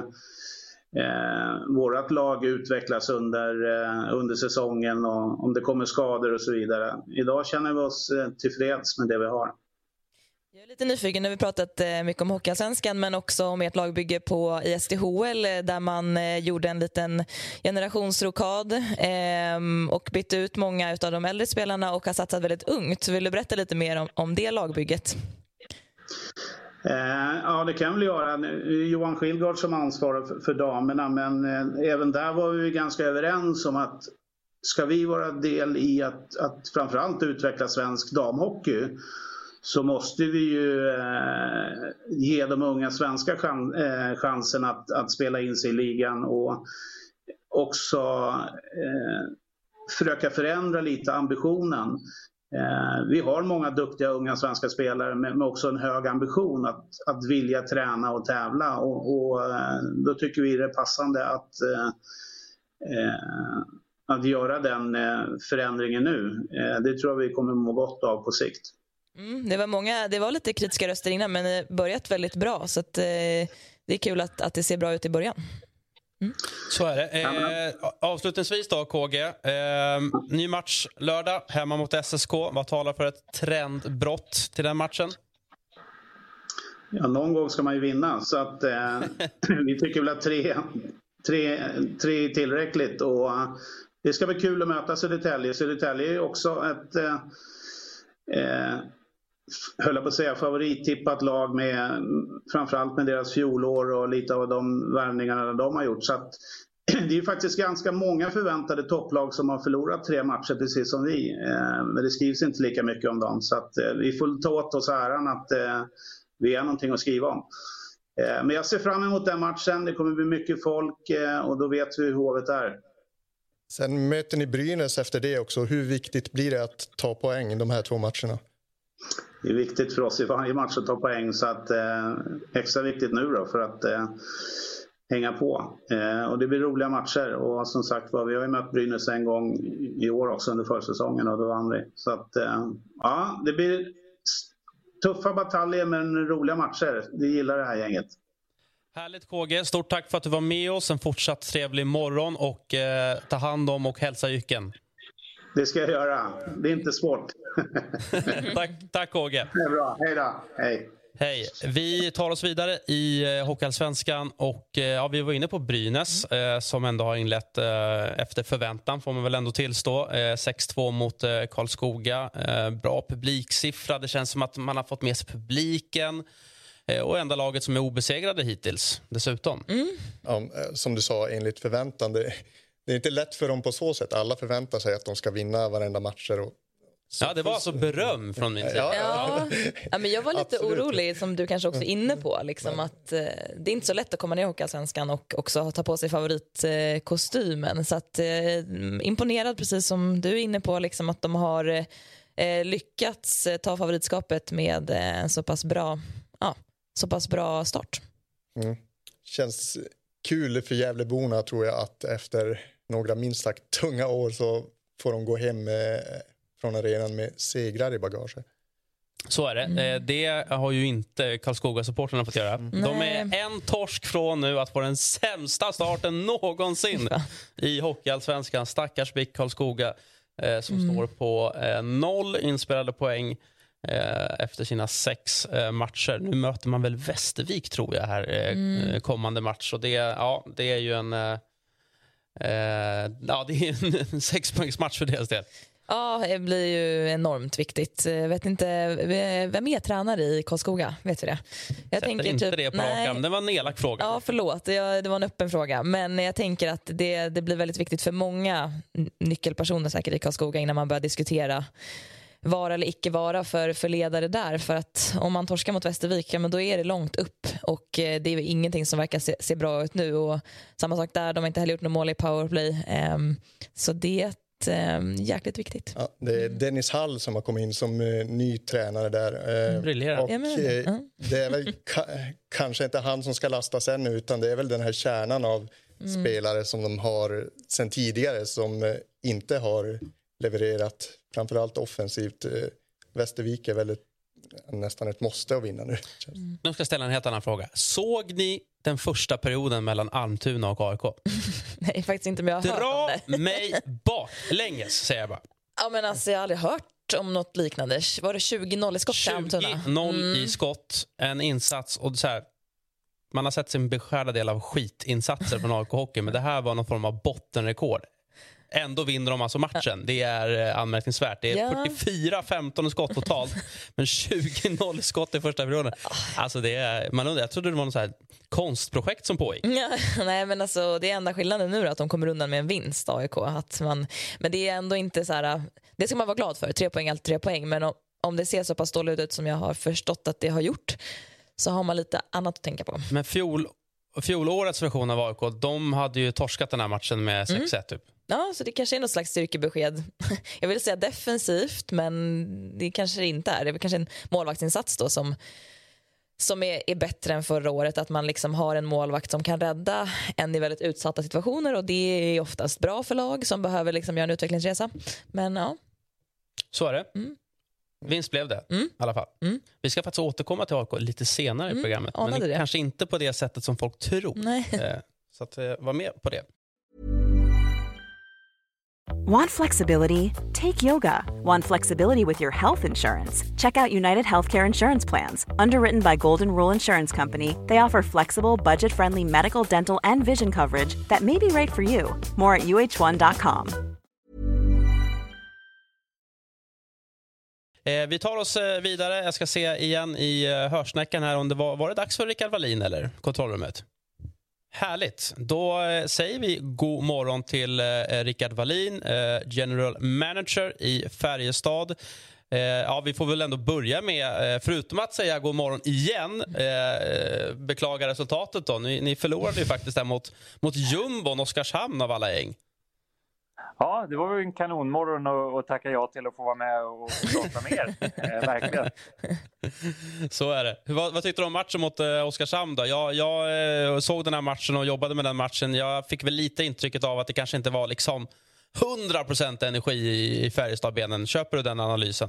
vårat lag utvecklas under säsongen och om det kommer skador och så vidare. Idag känner vi oss tillfreds med det vi har. Jag är lite nyfiken, när vi pratat mycket om Hockeyallsvenskan, men också om ert lagbygge på ISTHL där man gjorde en liten generationsrokad och bytte ut många av de äldre spelarna och har satsat väldigt ungt. Vill du berätta lite mer om det lagbygget? Ja, det kan vi göra. Johan Skillgård som ansvarar för damerna, men även där var vi ganska överens om att ska vi vara del i att framförallt utveckla svensk damhockey, så måste vi ju ge de unga svenska chansen att spela in sig i ligan och också försöka förändra lite ambitionen. Vi har många duktiga unga svenska spelare med också en hög ambition att vilja träna och tävla, och då tycker vi det är passande att göra den förändringen nu. Det tror jag vi kommer må gott av på sikt. Det var lite kritiska röster innan, men det börjat väldigt bra, så att, det är kul att det ser bra ut i början. Så är det. Avslutningsvis då, KG. Ny match lördag hemma mot SSK. Vad talar för ett trendbrott till den matchen? Ja, någon gång ska man ju vinna, så att vi tycker väl att tre är tillräckligt, och det ska bli kul att möta Södertälje. Södertälje är också ett höll jag på att säga favorittippat lag, med framförallt med deras fjolår och lite av de värvningarna de har gjort. Så att det är ju faktiskt ganska många förväntade topplag som har förlorat 3 matcher precis som vi. Men det skrivs inte lika mycket om dem, så att vi får ta åt oss äran att vi är någonting att skriva om. Men jag ser fram emot den matchen. Det kommer bli mycket folk och då vet vi hur Hovet är. Sen möter ni Brynäs efter det också. Hur viktigt blir det att ta poäng i de här 2 matcherna? Det är viktigt för oss i varje match att ta poäng, så att extra viktigt nu då för att hänga på. Och det blir roliga matcher, och som sagt vi har ju mött Brynäs en gång i år också under försäsongen, och då vann vi. Så att ja, det blir tuffa bataljer men roliga matcher. Vi gillar det här gänget. Härligt, KG. Stort tack för att du var med oss. En fortsatt trevlig morgon, och ta hand om och hälsa Jycken. Det ska jag göra. Det är inte svårt. Tack KG. Det är bra. Hej då. Hej. Hej. Vi tar oss vidare i Hockeyallsvenskan, och vi var inne på Brynäs som ändå har inlett efter förväntan, får man väl ändå tillstå. 6-2 mot Karlskoga. Bra publiksiffra. Det känns som att man har fått med sig publiken. Och enda laget som är obesegrade hittills dessutom. Ja, som du sa, enligt förväntan. Det är inte lätt för dem på så sätt. Alla förväntar sig att de ska vinna varenda matcher. Ja, det var alltså beröm från min sida. Ja, men jag var lite Absolut. Orolig, som du kanske också är inne på. Liksom, att det är inte så lätt att komma ner i Hockeyallsvenskan och också ta på sig favoritkostymen. Så att, imponerad, precis som du är inne på, liksom, att de har lyckats ta favoritskapet med en så pass bra start. Känns kul för Gävleborna, tror jag, att efter några minst sagt tunga år så får de gå hem från arenan med segrar i bagage. Så är det. Det har ju inte Karlskoga-supporterna fått göra. De är en torsk från nu att få den sämsta starten någonsin i Hockeyallsvenskan. Stackars BIK Karlskoga som står på 0 inspelade poäng efter sina 6 matcher. Nu möter man väl Västervik, tror jag, här kommande match. Och det är ju en det är en 6-poängsmatch för deras del. Ja, det blir ju enormt viktigt. Jag vet inte, vem är tränare i Karlskoga? Vet vi det? Jag tänker inte det på rakan. Det var en elak fråga. Ja, förlåt. Det var en öppen fråga. Men jag tänker att det blir väldigt viktigt för många nyckelpersoner säkert i Karlskoga innan man börjar diskutera vara eller icke vara för ledare där. För att om man torskar mot Västervik, men då är det långt upp. Och det är ingenting som verkar se bra ut nu. Och samma sak där, de har inte heller gjort något mål i powerplay. Så det är jäkligt viktigt. Ja, det är Dennis Hall som har kommit in som ny tränare där. Briljerar. Och det är väl kanske inte han som ska lastas ännu, utan det är väl den här kärnan av spelare som de har sen tidigare som inte har levererat, framförallt offensivt. Västervik är väl nästan ett måste att vinna nu. Nu ska jag ställa en helt annan fråga. Såg ni den första perioden mellan Almtuna och AIK? Nej, faktiskt inte, men jag har hört om det. Dra mig baklänges, säger jag bara. Ja, men alltså, jag har aldrig hört om något liknande. Var det 20-0 i skott till Almtuna? 20-0 i skott, en insats och så här. Man har sett sin beskärda del av skitinsatser från AIK-hockey, men det här var någon form av bottenrekord. Ändå vinner de alltså matchen. Det är anmärkningsvärt. Det är 44-15 skott totalt, men 20-0 skott i första perioden. Alltså det är, jag trodde det var något så här konstprojekt som pågick. Ja, nej, men alltså, det är enda skillnaden nu att de kommer undan med en vinst, AIK. Men det är ändå inte så här, det ska man vara glad för. 3 poäng, allt 3 poäng. Men om det ser så pass dåligt ut som jag har förstått att det har gjort, så har man lite annat att tänka på. Men fjolårets version av AIK, de hade ju torskat den här matchen med 6-1 typ. Ja, så det kanske är något slags styrkebesked. Jag vill säga defensivt, men det kanske inte är. Det är kanske en målvaktsinsats då som är bättre än förra året. Att man liksom har en målvakt som kan rädda en i väldigt utsatta situationer. Och det är oftast bra för lag som behöver liksom göra en utvecklingsresa. Men ja. Så är det. Vinst blev det i alla fall. Vi ska faktiskt återkomma till AIK lite senare i programmet. Men kanske inte på det sättet som folk tror. Nej. Så att var med på det. Want flexibility? Take yoga. Want flexibility with your health insurance? Check out United Healthcare Insurance Plans. Underwritten by Golden Rule Insurance Company, they offer flexible, budget-friendly medical, dental, and vision coverage that may be right for you. More at uh1.com. Vi tar oss vidare. Jag ska se igen i hörsnäckan här om det var det dags för Rickard Wallin eller kontrollrummet. Härligt. Då säger vi god morgon till Rickard Wallin, General Manager i Färjestad. Ja, vi får väl ändå börja med, förutom att säga god morgon igen, beklaga resultatet då. Ni förlorade ju faktiskt där mot Jumbon, Oskarshamn av alla gäng. Ja, det var ju en kanonmorgon att tacka ja till att få vara med och prata med er. Verkligen. Så är det. Vad tyckte du om matchen mot Oskarshamn då? Jag såg den här matchen och jobbade med den matchen. Jag fick väl lite intrycket av att det kanske inte var liksom 100% energi i Färjestadbenen. Köper du den analysen?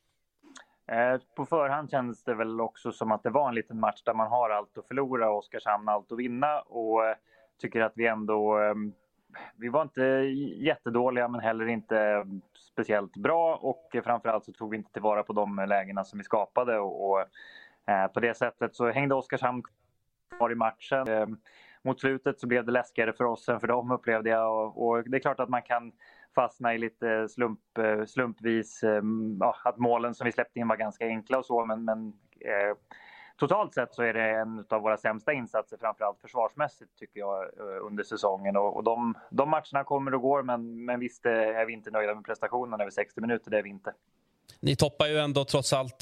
På förhand kändes det väl också som att det var en liten match där man har allt att förlora och Oskarshamn allt att vinna. Och tycker att vi ändå... Vi var inte jättedåliga men heller inte speciellt bra och framförallt så tog vi inte tillvara på de lägena som vi skapade och på det sättet så hängde Oskarshamn kvar i matchen. Mot slutet så blev det läskigare för oss än för dem upplevde jag och det är klart att man kan fastna i lite slumpvis att målen som vi släppte in var ganska enkla och så men totalt sett så är det en av våra sämsta insatser, framförallt försvarsmässigt tycker jag under säsongen. Och de matcherna kommer och går, men visst är vi inte nöjda med prestationen över 60 minuter, det är vi inte. Ni toppar ju ändå trots allt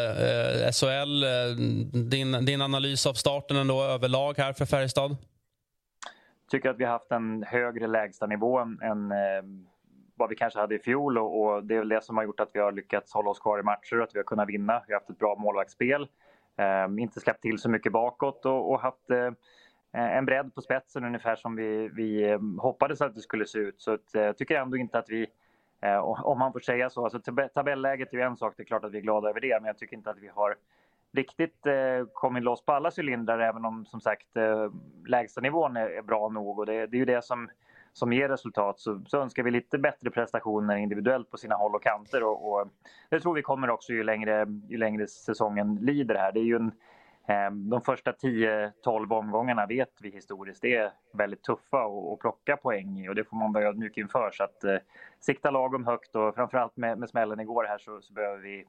SHL. Din analys av starten ändå överlag här för Färjestad? Tycker att vi har haft en högre lägsta nivå än vad vi kanske hade i fjol. Och det är väl det som har gjort att vi har lyckats hålla oss kvar i matcher och att vi har kunnat vinna. Vi har haft ett bra målvaktsspel. Inte släppt till så mycket bakåt och haft en bredd på spetsen ungefär som vi hoppades att det skulle se ut. Så jag tycker ändå inte att vi, om man får säga så, alltså tabelläget är ju en sak, det är klart att vi är glada över det, men jag tycker inte att vi har riktigt kommit loss på alla cylindrar, även om som sagt lägsta nivån är bra nog och det är ju det som ger resultat. Så önskar vi lite bättre prestationer individuellt på sina håll och kanter och det tror vi kommer också ju längre säsongen lider här. Det är ju de första 10-12 omgångarna vet vi historiskt det är väldigt tuffa att plocka poäng i och det får man vara ödmjuk inför, så att sikta lagom högt och framförallt med smällen igår här så behöver vi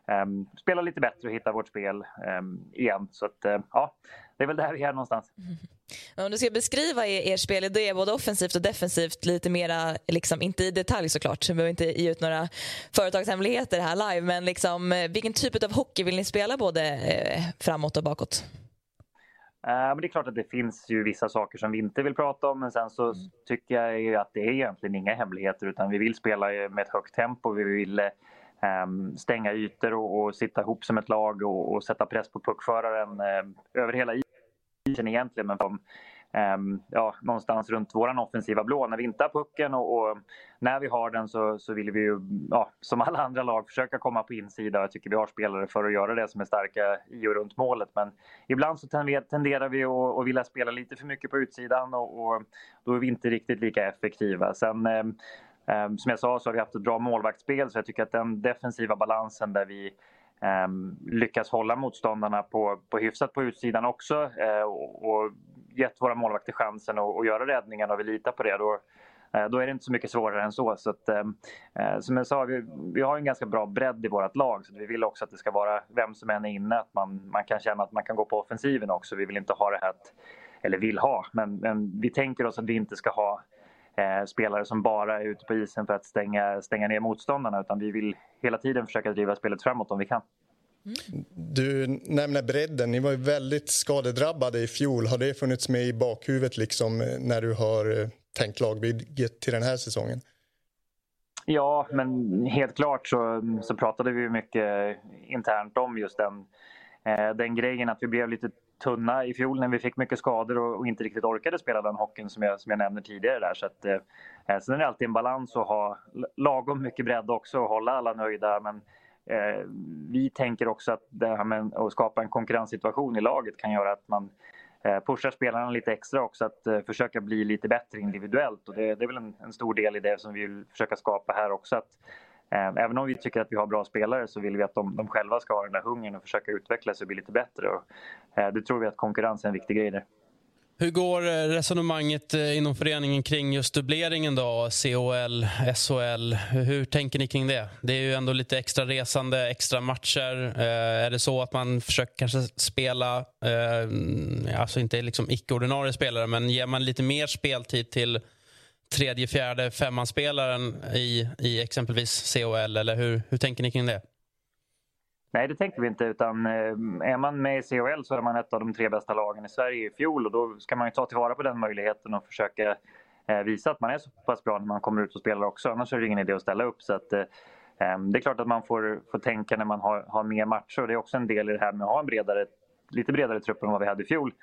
spela lite bättre och hitta vårt spel igen. Så att, ja, det är väl där vi är någonstans. Om du ska beskriva er spel, det är både offensivt och defensivt lite mera, liksom, inte i detalj såklart, så vi behöver inte ge ut några företagshemligheter här live, men liksom, vilken typ av hockey vill ni spela både framåt och bakåt? Men det är klart att det finns ju vissa saker som vi inte vill prata om, men sen så tycker jag ju att det är egentligen inga hemligheter, utan vi vill spela med ett högt tempo, vi vill stänga ytor och sitta ihop som ett lag och sätta press på puckföraren över hela isen egentligen, men någonstans runt våran offensiva blå när vi inte har pucken och när vi har den så vill vi ju, som alla andra lag, försöka komma på insida. Jag tycker vi har spelare för att göra det som är starka i och runt målet, men ibland så tenderar vi att vilja spela lite för mycket på utsidan och då är vi inte riktigt lika effektiva. Sen som jag sa så har vi haft ett bra målvaktsspel, så jag tycker att den defensiva balansen där vi lyckas hålla motståndarna på hyfsat på utsidan också och gett våra målvakter chansen att göra räddningen, och vi litar på det, då är det inte så mycket svårare än så. Så att, som jag sa, vi har en ganska bra bredd i vårt lag, så vi vill också att det ska vara vem som än är inne, att man kan känna att man kan gå på offensiven också. Vi vill inte ha det här eller vill ha, men vi tänker oss att vi inte ska ha spelare som bara är ute på isen för att stänga ner motståndarna, utan vi vill hela tiden försöka driva spelet framåt om vi kan. Du nämner bredden. Ni var ju väldigt skadedrabbade i fjol. Har det funnits med i bakhuvudet liksom, när du har tänkt lagbygget till den här säsongen? Ja, men helt klart så pratade vi mycket internt om just den grejen, att vi blev lite tunna i fjol när vi fick mycket skador och inte riktigt orkade spela den hockeyn som jag nämnde tidigare där. Så att, sen är det alltid en balans att ha lagom mycket bredd också och hålla alla nöjda, men vi tänker också att det här med att skapa en konkurrenssituation i laget kan göra att man pushar spelarna lite extra också, att försöka bli lite bättre individuellt, och det är väl en stor del i det som vi vill försöka skapa här också, att även om vi tycker att vi har bra spelare så vill vi att de själva ska ha den där hungern och försöka utvecklas och bli lite bättre, och det tror vi att konkurrens är en viktig grej där. Hur går resonemanget inom föreningen kring just dubbleringen då? COL, SHL, hur tänker ni kring det? Det är ju ändå lite extra resande, extra matcher. Är det så att man försöker kanske spela, alltså inte liksom icke-ordinarie spelare, men ger man lite mer speltid till tredje, fjärde, femmanspelaren i exempelvis COL, eller hur tänker ni kring det? Nej, det tänker vi inte, utan är man med i CHL så är man ett av de 3 bästa lagen i Sverige i fjol, och då ska man ju ta tillvara på den möjligheten och försöka visa att man är så pass bra när man kommer ut och spelar också, annars är det ingen idé att ställa upp. Så att, det är klart att man får tänka när man har mer matcher, och det är också en del i det här med att ha en lite bredare trupp än vad vi hade i fjol.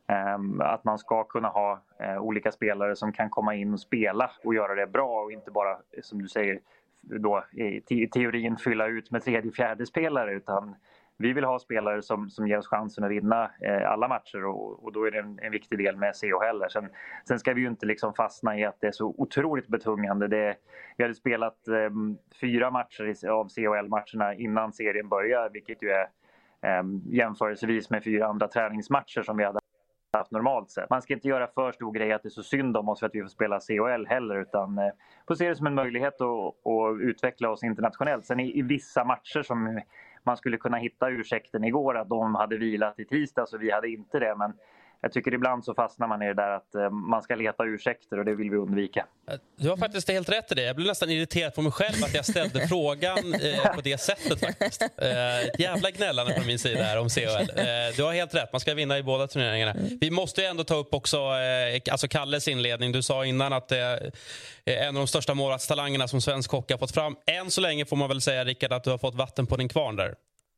Att man ska kunna ha olika spelare som kan komma in och spela och göra det bra, och inte bara, som du säger, då i teorin fylla ut med tredje, fjärde spelare, utan vi vill ha spelare som ger oss chansen att vinna alla matcher, och då är det en viktig del med CHL. Sen ska vi ju inte liksom fastna i att det är så otroligt betungande. Vi hade spelat 4 matcher av CHL-matcherna innan serien börjar, vilket ju är jämförelsevis med 4 andra träningsmatcher som vi hade haft normalt sett. Man ska inte göra för stor grej att det är så synd om oss för att vi får spela CHL heller, utan får se det som en möjlighet att utveckla oss internationellt. Sen i vissa matcher som man skulle kunna hitta ursäkten igår att de hade vilat i tisdag så vi hade inte det, men jag tycker ibland så fastnar man i det där att man ska leta ursäkter, och det vill vi undvika. Du har faktiskt helt rätt i det. Jag blev nästan irriterad på mig själv att jag ställde frågan på det sättet faktiskt. Jävla gnällande från min sida här om CHL. Du har helt rätt, man ska vinna i båda turneringarna. Vi måste ju ändå ta upp också alltså Kalles inledning. Du sa innan att det är en av de största målvaktstalangerna som svensk hockey har fått fram. Än så länge får man väl säga, Rickard, att du har fått vatten på din kvarn där.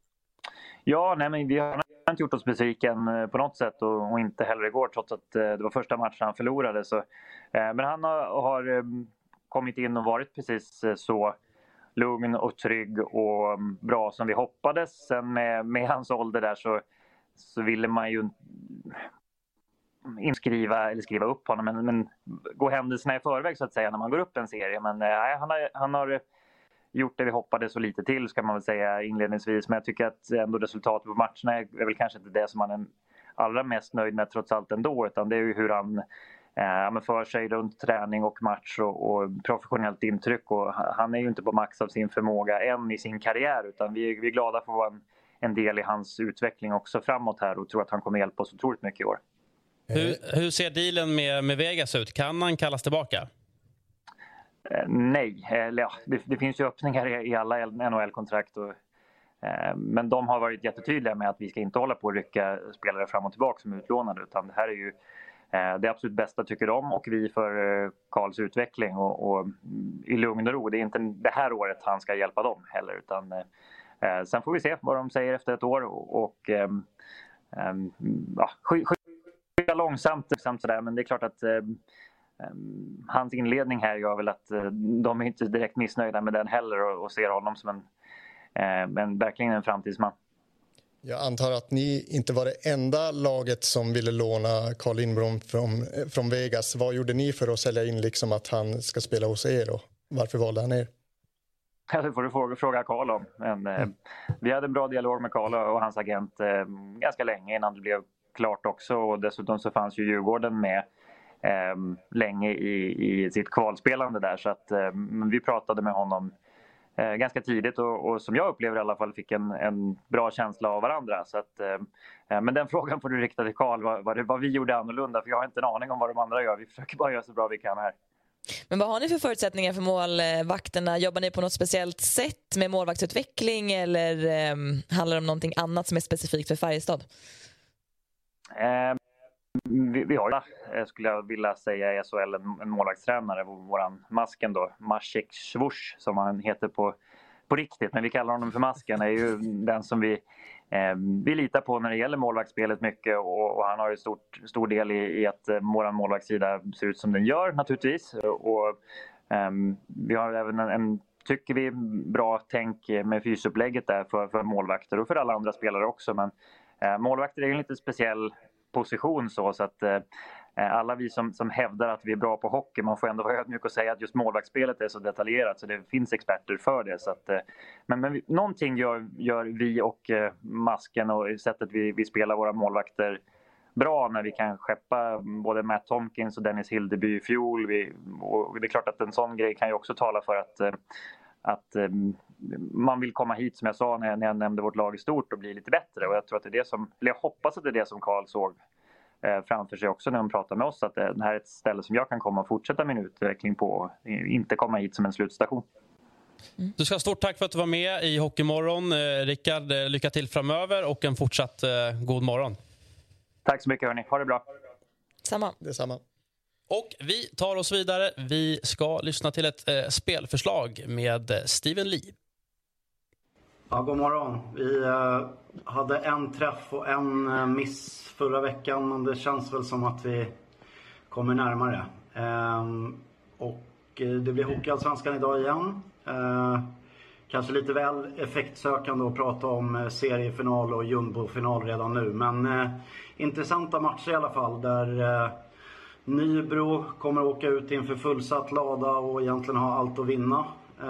Ja, nej, men vi har inte gjort oss besviken på något sätt, och inte heller igår, trots att det var första matchen han förlorade. Så, men han har kommit in och varit precis så lugn och trygg och bra som vi hoppades. Sen med hans ålder där så ville man ju inte skriva upp honom, men gå händelserna i förväg så att säga när man går upp en serie. Men han har gjort det vi hoppades så lite till, ska man väl säga inledningsvis. Men jag tycker att ändå resultatet på matcherna är väl kanske inte det som man är allra mest nöjd med trots allt ändå. Utan det är ju hur han för sig runt träning och match och professionellt intryck. Och han är ju inte på max av sin förmåga än i sin karriär, utan vi är glada för att vara en del i hans utveckling också framåt här och tror att han kommer hjälpa oss otroligt mycket i år. Hur ser dealen med Vegas ut? Kan han kallas tillbaka? Nej, det finns ju öppningar i alla NHL-kontrakt. Men de har varit jättetydliga med att vi ska inte hålla på att rycka spelare fram och tillbaka som utlånade. Utan det här är ju det absolut bästa tycker de och vi för Karls utveckling. Och i lugn och ro, det är inte det här året han ska hjälpa dem heller. Utan sen får vi se vad de säger efter ett år. Skicka långsamt sådär, men det är klart att hans inledning här gör väl att de är inte direkt missnöjda med den heller och ser honom som en verkligen en framtidsman. Jag antar att ni inte var det enda laget som ville låna Carl Lindblom från Vegas. Vad gjorde ni för att sälja in liksom att han ska spela hos er då? Varför valde han er? Det får du fråga Carl om. Men, vi hade en bra dialog med Carl och hans agent ganska länge innan det blev klart också. Och dessutom så fanns ju Djurgården med länge i sitt kvalspelande där. Så att vi pratade med honom ganska tidigt och som jag upplever i alla fall fick en bra känsla av varandra. Så att, men den frågan får du rikta till Carl, vad vi gjorde annorlunda, för jag har inte en aning om vad de andra gör. Vi försöker bara göra så bra vi kan här. Men vad har ni för förutsättningar för målvakterna? Jobbar ni på något speciellt sätt med målvaktsutveckling eller handlar det om någonting annat som är specifikt för Färjestad? Vi har, skulle jag vilja säga, i SHL en målvaktstränare, våran Masken då, Maciek Schwurz som han heter på riktigt, men vi kallar honom för Masken, är ju den som vi litar på när det gäller målvaktsspelet mycket och han har ju stor del i att våran målvaktssida ser ut som den gör naturligtvis och vi har även tycker vi, bra tänk med fysupplägget där för målvakter och för alla andra spelare också, men målvakter är ju en lite speciell position så att alla vi som hävdar att vi är bra på hockey, man får ändå vara ödmjuk och säga att just målvaktsspelet är så detaljerat så det finns experter för det. Så att, men någonting gör vi och Masken och sättet vi spelar våra målvakter bra när vi kan skeppa både Matt Tomkins och Dennis Hildeby i fjol. Och det är klart att en sån grej kan ju också tala för att man vill komma hit, som jag sa när jag nämnde vårt lag i stort, och bli lite bättre. Och jag tror att det är det som, eller jag hoppas att det är det som Carl såg framför sig också när de pratar med oss, att det här är ett ställe som jag kan komma och fortsätta min utveckling på och inte komma hit som en slutstation. Du ska ha stort tack för att du var med i Hockeymorgon, Rickard. Lycka till framöver och en fortsatt god morgon. Tack så mycket hörni, ha det bra. Samma. Detsamma. Och vi tar oss vidare. Vi ska lyssna till ett spelförslag med Steven Lee. Ja, god morgon. Vi hade en träff och en miss förra veckan, men det känns väl som att vi kommer närmare. Och det blir Hockeyallsvenskan idag igen. Kanske lite väl effektsökande att prata om seriefinal och jumbofinal redan nu. Men intressanta matcher i alla fall, där Nybro kommer att åka ut inför fullsatt lada och egentligen ha allt att vinna.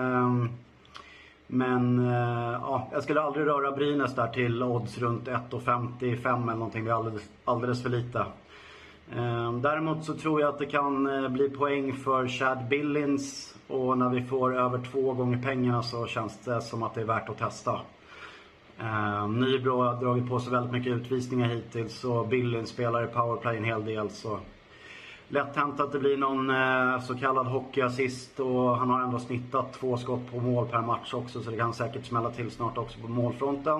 Men ja, jag skulle aldrig röra Brynäs där till odds runt 1,55 eller någonting. Det är alldeles för lite. Däremot så tror jag att det kan bli poäng för Chad Billings. Och när vi får över 2 gånger pengarna så känns det som att det är värt att testa. Nybro har dragit på sig väldigt mycket utvisningar hittills. Och Billings spelar i powerplay en hel del. Så lätt hänt att det blir någon så kallad hockeyassist. Och han har ändå snittat 2 skott på mål per match också. Så det kan säkert smälla till snart också på målfronten.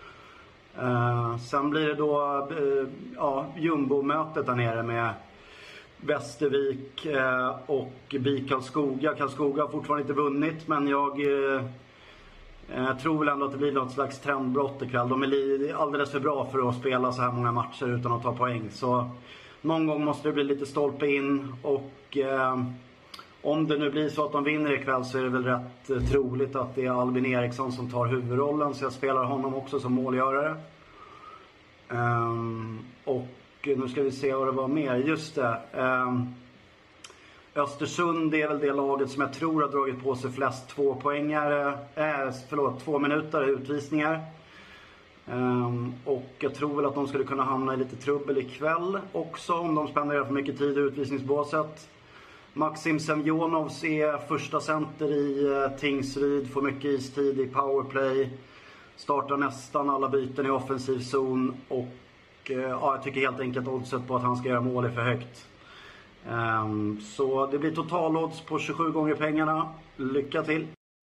Sen blir det då jumbo-mötet där nere med Västervik och BIK Karlskoga. Karlskoga har fortfarande inte vunnit, men jag tror väl ändå att det blir något slags trendbrott ikväll. De är alldeles för bra för att spela så här många matcher utan att ta poäng. Så någon gång måste det bli lite stolpe in. Och om det nu blir så att de vinner ikväll så är det väl rätt troligt att det är Albin Eriksson som tar huvudrollen. Så jag spelar honom också som målgörare. Och nu ska vi se vad det var mer. Just det. Östersund är väl det laget som jag tror har dragit på sig flest 2 minuter utvisningar. Och jag tror väl att de skulle kunna hamna i lite trubbel ikväll också om de spenderar för mycket tid i utvisningsbåset. Maxim Semjonovs är första center i Tingsryd, får mycket istid i powerplay. Startar nästan alla byten i offensiv zon. Och jag tycker helt enkelt oddset på att han ska göra mål är för högt. Så det blir totalodds på 27 gånger pengarna. Lycka till!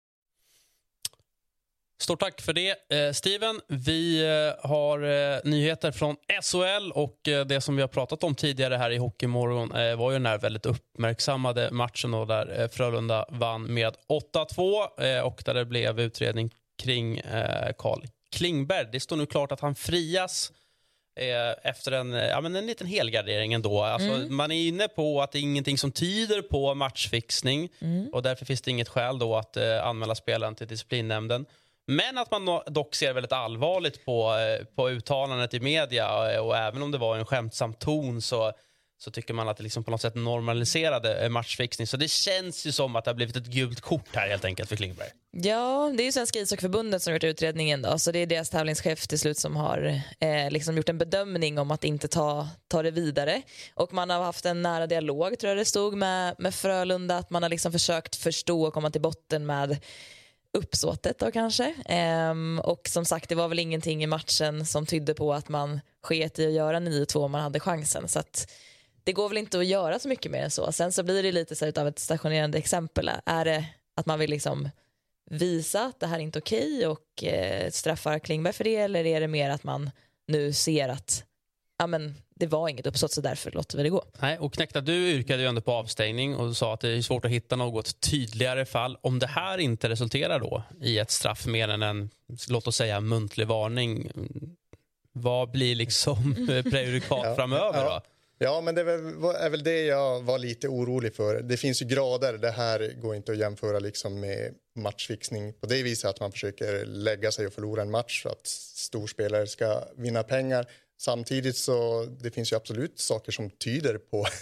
Stort tack för det, Steven. Vi har nyheter från SHL och det som vi har pratat om tidigare här i Hockeymorgon var ju den här väldigt uppmärksammade matchen då, där Frölunda vann med 8-2 och där det blev utredning kring Carl Klingberg. Det står nu klart att han frias efter en liten helgardering ändå. Alltså, man är inne på att det är ingenting som tyder på matchfixning och därför finns det inget skäl då att anmäla spelaren till disciplinnämnden. Men att man dock ser väldigt allvarligt på uttalandet i media och även om det var en skämtsam ton så tycker man att det liksom på något sätt normaliserade matchfixning. Så det känns ju som att det har blivit ett gult kort här helt enkelt för Klingberg. Ja, det är ju Svenska ishockeyförbundet som har gjort utredningen då. Så det är deras tävlingschef till slut som har liksom gjort en bedömning om att inte ta det vidare. Och man har haft en nära dialog, tror jag det stod, med Frölunda. Att man har liksom försökt förstå och komma till botten med uppsåtet då kanske. Och som sagt, det var väl ingenting i matchen som tydde på att man sket i att göra 9-2 om man hade chansen. Så att det går väl inte att göra så mycket mer än så. Sen så blir det lite så här av ett stationerande exempel. Är det att man vill liksom visa att det här är inte okej och straffar Klingberg för det, eller är det mer att man nu ser att det var inget uppsåt så därför låter vi det gå? Nej, och Knäckta, du yrkade ju ändå på avstängning och sa att det är svårt att hitta något tydligare fall. Om det här inte resulterar då i ett straff mer än en, låt oss säga, muntlig varning, vad blir liksom prejudikat framöver då? Ja, men det är väl det jag var lite orolig för. Det finns ju grader. Det här går inte att jämföra liksom med matchfixning på det viset att man försöker lägga sig och förlora en match för att storspelare ska vinna pengar. Samtidigt så det finns ju absolut saker som tyder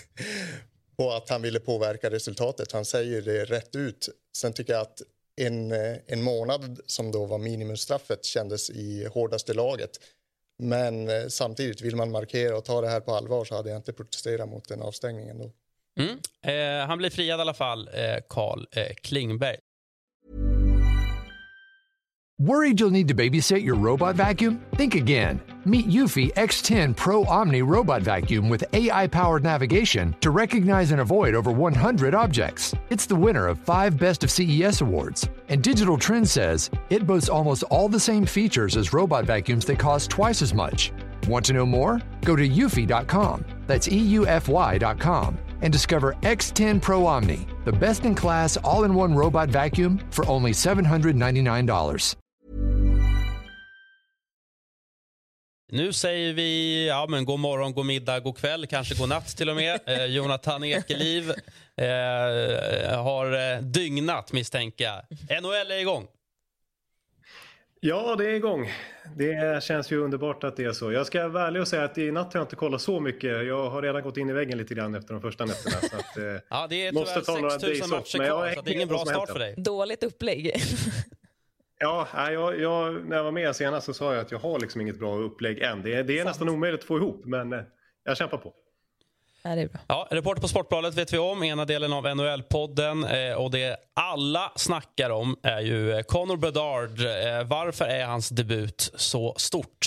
på att han ville påverka resultatet. Han säger det rätt ut. Sen tycker jag att en månad som då var minimumstraffet kändes i hårdaste laget. Men samtidigt vill man markera och ta det här på allvar så hade jag inte protesterat mot den avstängningen då. Han blir friad i alla fall, Carl Klingberg. Worried you'll need to babysit your robot vacuum? Think again. Meet Eufy X10 Pro Omni Robot Vacuum with AI-powered navigation to recognize and avoid over 100 objects. It's the winner of 5 Best of CES awards. And Digital Trends says it boasts almost all the same features as robot vacuums that cost twice as much. Want to know more? Go to eufy.com. That's EUFY.com. And discover X10 Pro Omni, the best-in-class all-in-one robot vacuum for only $799. Nu säger vi god morgon, god middag, god kväll, kanske god natt till och med. Jonathan Ekeliv har dygnat, misstänka. NHL är igång. Ja, det är igång. Det känns ju underbart att det är så. Jag ska vara ärlig och säga att i natt har jag inte kollat så mycket. Jag har redan gått in i väggen lite grann efter de första nätterna. Så att, det är måste ta några 6 000 matcher kvar, så det är ingen bra start för dig. Dåligt upplägg. Ja, när jag var med senast så sa jag att jag har liksom inget bra upplägg än. Det är nästan omöjligt att få ihop, men jag kämpar på. Ja, det är bra. Ja, reporter på Sportbladet vet vi om, ena delen av NHL-podden. Och det alla snackar om är ju Connor Bedard. Varför är hans debut så stort?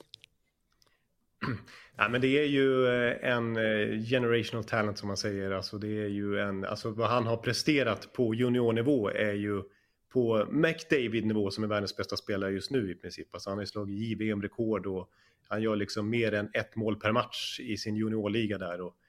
Ja, men det är ju en generational talent som man säger. Alltså, det är ju vad han har presterat på juniornivå är ju på McDavid-nivå som är världens bästa spelare just nu i princip. Alltså, han har slagit JVM-rekord och han gör liksom mer än 1 mål per match i sin juniorliga där och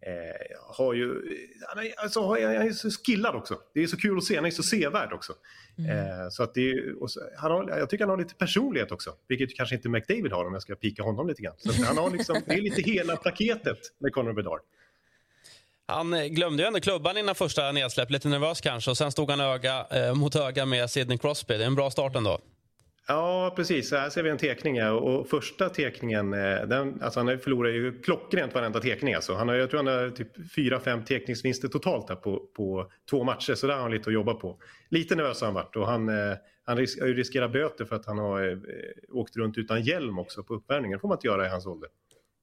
han är så skillad också. Det är så kul att se, han är så sevärd också. Så att jag tycker han har lite personlighet också, vilket kanske inte McDavid har om jag ska pika honom lite grann. Så att han har liksom, det är lite hela paketet med Connor Bedard. Han glömde ju ändå klubban innan första nedsläpp, lite nervös kanske, och sen stod han öga mot öga med Sidney Crosby. Det är en bra start ändå. Ja, precis. Här ser vi en tekning. Och första tekningen, alltså han förlorar ju klockrent varenda tekning. Alltså. Jag tror han har typ 4-5 tekningsvinster totalt här på 2 matcher. Så där har han lite att jobba på. Lite nervös har han varit. Och han riskerar böter för att han har åkt runt utan hjälm också på uppvärmningen. Det får man inte göra i hans ålder.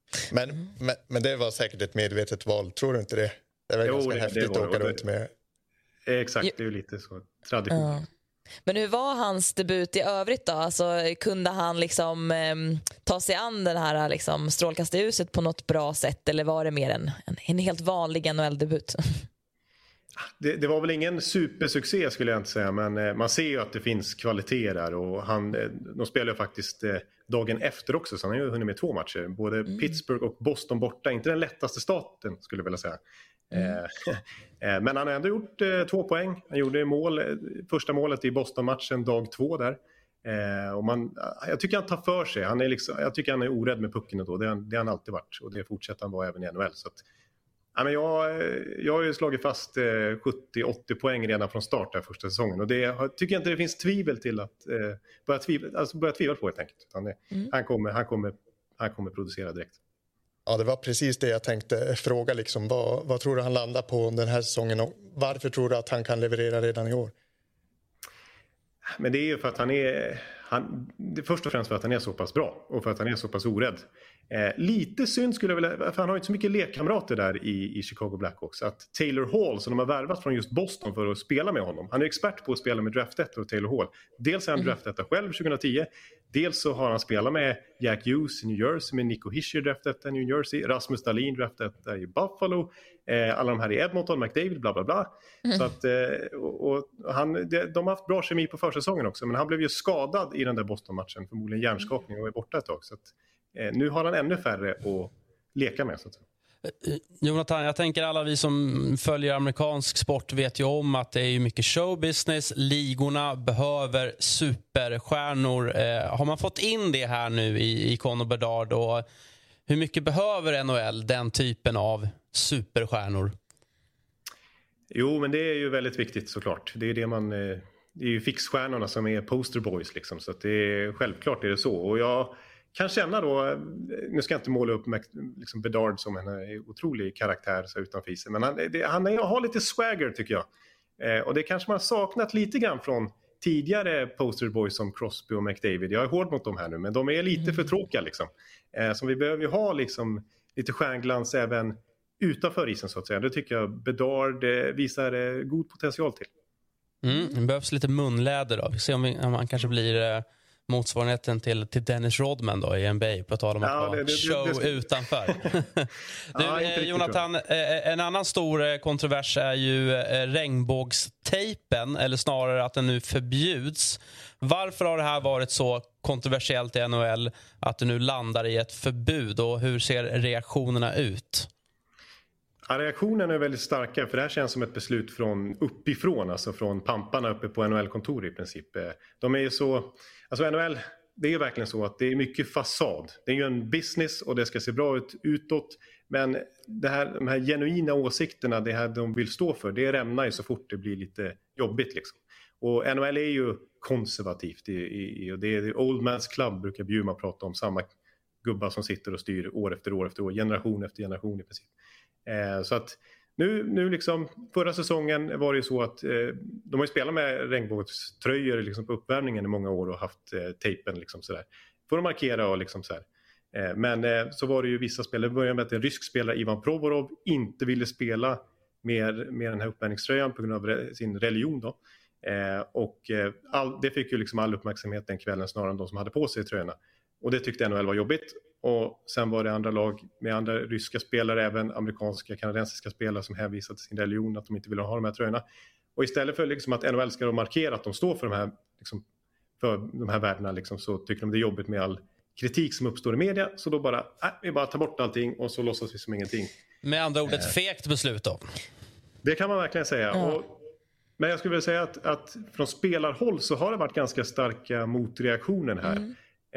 Men det var säkert ett medvetet val, tror du inte det? Det var ganska häftigt att åka runt med. Exakt, det är ju lite så tradition. Men hur var hans debut i övrigt då? Alltså, kunde han liksom ta sig an den här liksom, strålkastarljuset på något bra sätt, eller var det mer en helt vanlig NHL-debut? Det var väl ingen supersuccé skulle jag inte säga, men man ser ju att det finns kvaliteter där, och de spelar ju faktiskt dagen efter också, så han har ju hunnit med 2 matcher. Både Pittsburgh och Boston borta, inte den lättaste starten skulle jag vilja säga. Men han har ändå gjort 2 poäng. Han gjorde första målet i Boston-matchen dag 2 där. Och jag tycker han tar för sig. Jag tycker han är orädd med pucken och då. Det har han alltid varit, och det fortsätter han vara även i NHL. Så att, jag har ju slagit fast 70-80 poäng redan från start där första säsongen, och det tycker jag inte det finns tvivel till att börja tvivla på helt enkelt. Han kommer producera direkt. Ja, det var precis det jag tänkte fråga. Liksom. Vad tror du han landar på den här säsongen, och varför tror du att han kan leverera redan i år? Men det är ju för att först och främst för att han är så pass bra och för att han är så pass orädd. Lite synd skulle jag vilja, för han har inte så mycket lekkamrater där i Chicago Blackhawks, att Taylor Hall, som de har värvat från just Boston för att spela med honom. Han är expert på att spela med draft-ettor och Taylor Hall. Dels är han draft-etta själv 2010, dels så har han spelat med Jack Hughes i New Jersey, med Nico Hischier draft-etta i New Jersey, Rasmus Dahlin draft-etta i Buffalo, alla de här i Edmonton, McDavid, bla bla bla. Så att, de har haft bra kemi på försäsongen också, men han blev ju skadad i den där Boston-matchen, förmodligen hjärnskakning, och är borta ett tag. Så att, nu har han ännu färre att leka med. Så att säga. Jonathan, jag tänker alla vi som följer amerikansk sport vet ju om att det är mycket showbusiness. Ligorna behöver superstjärnor. Har man fått in det här nu i Connor Bedard, och hur mycket behöver NHL den typen av superstjärnor? Jo, men det är ju väldigt viktigt såklart. Det är det är ju fixstjärnorna som är poster boys liksom, så att det är självklart är det så. Och jag kan känna då, nu ska jag inte måla upp liksom Bedard som en otrolig karaktär så utanför isen, men han har lite swagger tycker jag. Och det kanske man har saknat lite grann från tidigare poster boys som Crosby och McDavid. Jag är hård mot dem här nu, men de är lite för tråkiga liksom. Så vi behöver ju ha liksom lite stjärnglans även utanför isen så att säga. Det tycker jag Bedard visar god potential till. Det behövs lite munläder då. Vi ser om han kanske blir motsvarigheten till Dennis Rodman då i NBA, på tal om att ha show utanför. Jonathan, en annan stor kontrovers är ju regnbågstejpen, eller snarare att den nu förbjuds. Varför har det här varit så kontroversiellt i NHL att det nu landar i ett förbud, och hur ser reaktionerna ut? Ja, reaktionerna är väldigt starka, för det här känns som ett beslut från uppifrån, alltså från pamparna uppe på NHL-kontor i princip. De är ju så, alltså NHL, det är ju verkligen så att det är mycket fasad. Det är ju en business och det ska se bra ut utåt, men de här genuina åsikterna, det här de vill stå för, det rämnar ju så fort det blir lite jobbigt liksom. Och NHL är ju konservativt och det är old man's club, brukar Bjurman prata om, samma gubbar som sitter och styr år efter år efter år, generation efter generation i princip. Så att nu liksom, förra säsongen var det ju så att de har ju spelat med regnbågströjor liksom på uppvärmningen i många år och haft tejpen liksom sådär, för att markera och liksom sådär. Men så var det ju vissa spelare, det började med att en rysk spelare, Ivan Provorov, inte ville spela med den här uppvärmningströjan på grund av sin religion då. Det fick ju liksom all uppmärksamhet den kvällen snarare än de som hade på sig tröjorna. Och det tyckte NHL var jobbigt. Och sen var det andra lag med andra ryska spelare, även amerikanska, kanadensiska spelare som hänvisade till sin religion, att de inte ville ha de här tröjorna. Och istället för liksom att NHL ska markera att de står för de här värdena liksom, så tycker de det är jobbigt med all kritik som uppstår i media. Så då vi bara tar bort allting och så låtsas vi som ingenting. Med andra ord ett fegt beslut då? Det kan man verkligen säga. Men jag skulle vilja säga att från spelarhåll så har det varit ganska starka motreaktioner här.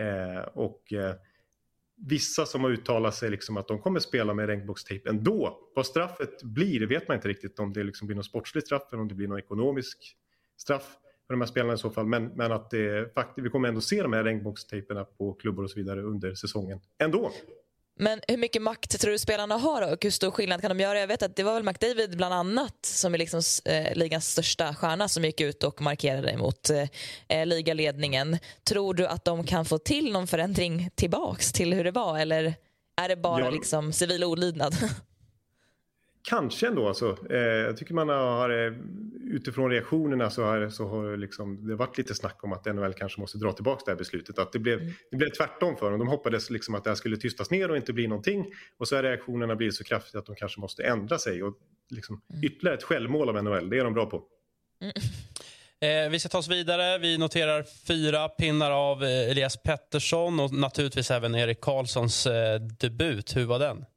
Vissa som har uttalat sig liksom att de kommer spela med regnbågstejp ändå. Vad straffet blir, det vet man inte riktigt, om det liksom blir någon sportslig straff eller om det blir någon ekonomisk straff. för de här spelarna i så fall. Men att vi kommer ändå se de här regnbågstejperna på klubbor och så vidare under säsongen ändå. Men hur mycket makt tror du spelarna har och hur stor skillnad kan de göra? Jag vet att det var väl McDavid bland annat som är liksom ligans största stjärna som gick ut och markerade mot ligaledningen. Tror du att de kan få till någon förändring tillbaks till hur det var eller är det bara liksom civil olydnad? Kanske ändå. Alltså. Jag tycker man har utifrån reaktionerna så har liksom, det varit lite snack om att NHL kanske måste dra tillbaka det här beslutet. Att det blev tvärtom för dem. De hoppades liksom att det här skulle tystas ner och inte bli någonting. Och så har reaktionerna blivit så kraftigt att de kanske måste ändra sig. Och liksom, ytterligare ett självmål av NHL, det är de bra på. Vi ska ta oss vidare. Vi noterar 4 pinnar av Elias Pettersson och naturligtvis även Erik Karlssons debut. Hur var den?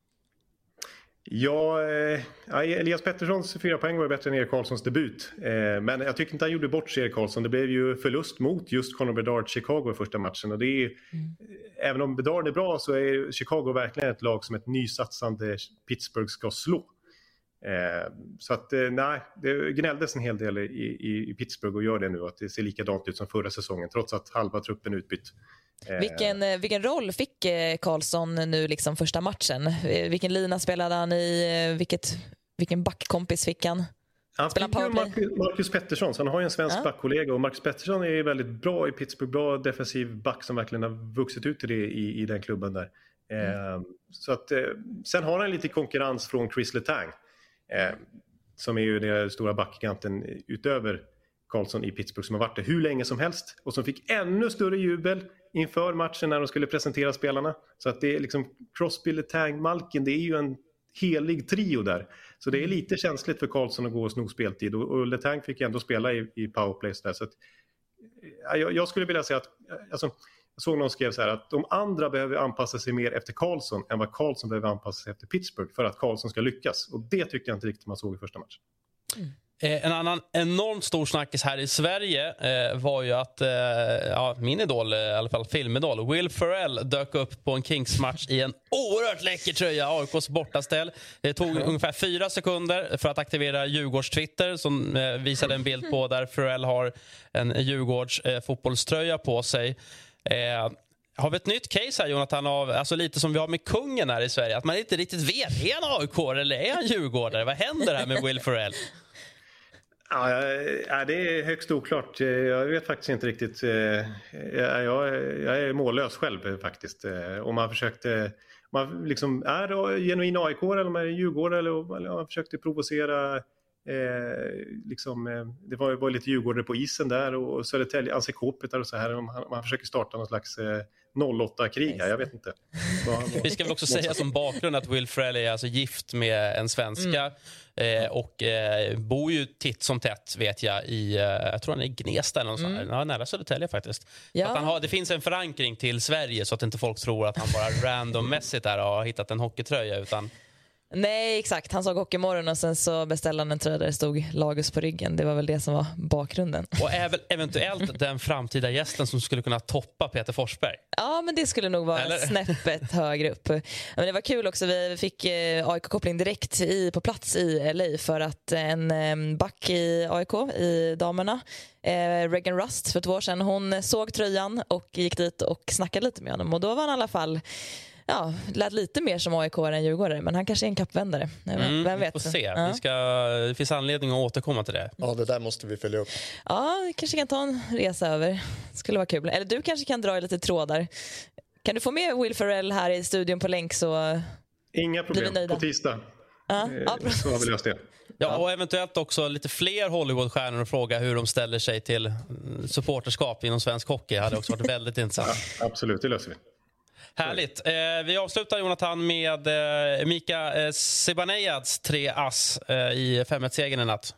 Ja, Elias Petterssons 4 poäng var bättre än Erik Karlssons debut. Men jag tycker inte han gjorde bort sig, Erik Karlsson. Det blev ju förlust mot just Connor Bedard Chicago i första matchen. Och det är, även om Bedard är bra så är Chicago verkligen ett lag som ett nysatsande Pittsburgh ska slå. Så att nej, det gnälldes en hel del i Pittsburgh och gör det nu. Att det ser likadant ut som förra säsongen trots att halva truppen är utbytt. Vilken roll fick Karlsson nu liksom första matchen? Vilken lina spelade han i? Vilken backkompis fick han? Han fick ju Marcus Pettersson, så han har ju en svensk backkollega och Marcus Pettersson är väldigt bra i Pittsburgh, bra defensiv back som verkligen har vuxit ut till det i den klubben där. Så att sen har han lite konkurrens från Chris Letang som är ju den stora backgiganten utöver Karlsson i Pittsburgh som har varit det hur länge som helst och som fick ännu större jubel inför matchen när de skulle presentera spelarna. Så att det är liksom Crosby, Letang, Malkin, det är ju en helig trio där. Så det är lite känsligt för Karlsson att gå och sno speltid och Letang fick ändå spela i powerplay där. Så att, jag skulle vilja säga att alltså, jag såg någon skrev så här att de andra behöver anpassa sig mer efter Karlsson än vad Karlsson behöver anpassa sig efter Pittsburgh för att Karlsson ska lyckas. Och det tyckte jag inte riktigt man såg i första matchen. En annan enormt stor snackis här i Sverige var ju att min idol, i alla fall filmidol, Will Ferrell dök upp på en Kings-match i en oerhört läcker tröja, AIKs bortaställ. Det tog ungefär 4 sekunder för att aktivera Djurgårds Twitter som visade en bild på där Ferrell har en Djurgårds fotbollströja på sig. Har vi ett nytt case här, Jonathan, av, alltså lite som vi har med kungen här i Sverige, att man inte riktigt vet, är han AIK eller är han Djurgårdare? Vad händer här med Will Ferrell? Ja, det är högst oklart. Jag vet faktiskt inte riktigt. Jag är mållös själv faktiskt. Om man försökte, man liksom är genuin AIK eller man är Djurgårdare eller man försökte provocera. Det var lite Djurgårdare på isen där och Södertälje, Ansikopet och så här. Man försöker starta någon slags 08-krig här, jag vet inte. Vi ska väl också säga som bakgrund att Will Ferrell är alltså gift med en svenska och bor ju titt som tätt, vet jag, jag tror han är i Gnesta eller något sånt, nära Södertälje faktiskt. Ja. Att det finns en förankring till Sverige så att inte folk tror att han bara randommässigt där har hittat en hockeytröja utan... Nej, exakt. Han såg Hockeymorgon och sen så beställde han en tröja där det stod Lagus på ryggen. Det var väl det som var bakgrunden. Och är väl eventuellt den framtida gästen som skulle kunna toppa Peter Forsberg? Ja, men det skulle nog vara snäppet högre upp. Men det var kul också. Vi fick AIK-koppling direkt på plats i LA för att en back i AIK i damerna, Regan Rust för 2 år sedan, hon såg tröjan och gick dit och snackade lite med honom. Och då var han i alla fall... Ja, lät lite mer som AIK än Djurgårdare, men han kanske är en kappvändare. Vem vet? Vi får se. Det finns anledning att återkomma till det. Ja, det där måste vi följa upp. Ja, vi kanske kan ta en resa över. Skulle vara kul. Eller du kanske kan dra lite trådar. Kan du få med Will Ferrell här i studion på länk så... Inga problem, på tisdag. Så har vi löst det. Ja, och eventuellt också lite fler Hollywoodstjärnor och fråga hur de ställer sig till supporterskap inom svensk hockey. Hade också varit väldigt intressant. Ja, absolut, det löser vi. Härligt. Vi avslutar, Jonathan, med Mika Zibanejads 3 ass i 5-1-segern i natt.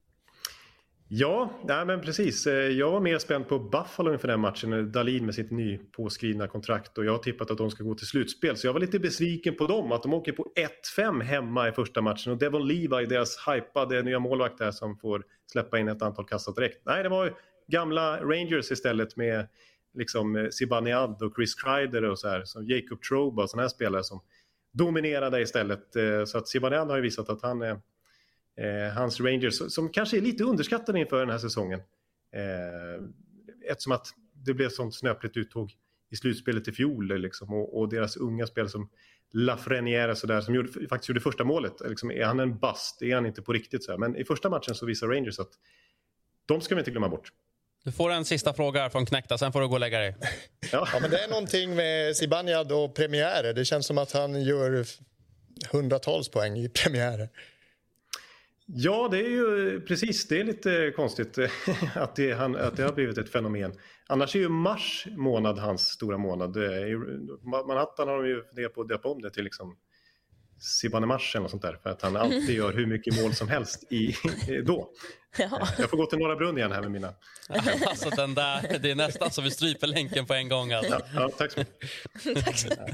Ja, men precis. Jag var mer spänd på Buffalo inför den matchen. Dahlin med sitt nypåskrivna kontrakt och jag har tippat att de ska gå till slutspel. Så jag var lite besviken på dem, att de åker på 1-5 hemma i första matchen. Och Devon Levi, deras hypade nya målvakt där som får släppa in ett antal kastar direkt. Nej, det var gamla Rangers istället med... liksom Zibanejad och Chris Kreider och så här, som Jacob Trouba och såna här spelare som dominerade istället. Så att Zibanejad har ju visat att han är hans Rangers som kanske är lite underskattade inför den här säsongen. Eftersom att det blev sånt snöpligt uttåg i slutspelet i fjol liksom, och deras unga spel som Lafreniere så där, som faktiskt gjorde första målet. Liksom, är han en bust? Är han inte på riktigt så här? Men i första matchen så visar Rangers att de ska vi inte glömma bort. Du får en sista fråga här från Knäckta, sen får du gå och lägga dig. Ja, men det är någonting med Zibanejad och premiärer. Det känns som att han gör hundratals poäng i premiärer. Ja, det är ju precis, det är lite konstigt att det har blivit ett fenomen. Annars är ju mars månad hans stora månad. Manhattan har de ju funderat på att döpa om det till liksom Zibanejad eller något sånt där, för att han alltid gör hur mycket mål som helst då. Ja. Jag får gå till Norra Brunn igen här med mina. Alltså den där, det är nästan så vi stryper länken på en gång. Alltså. Ja, tack så mycket.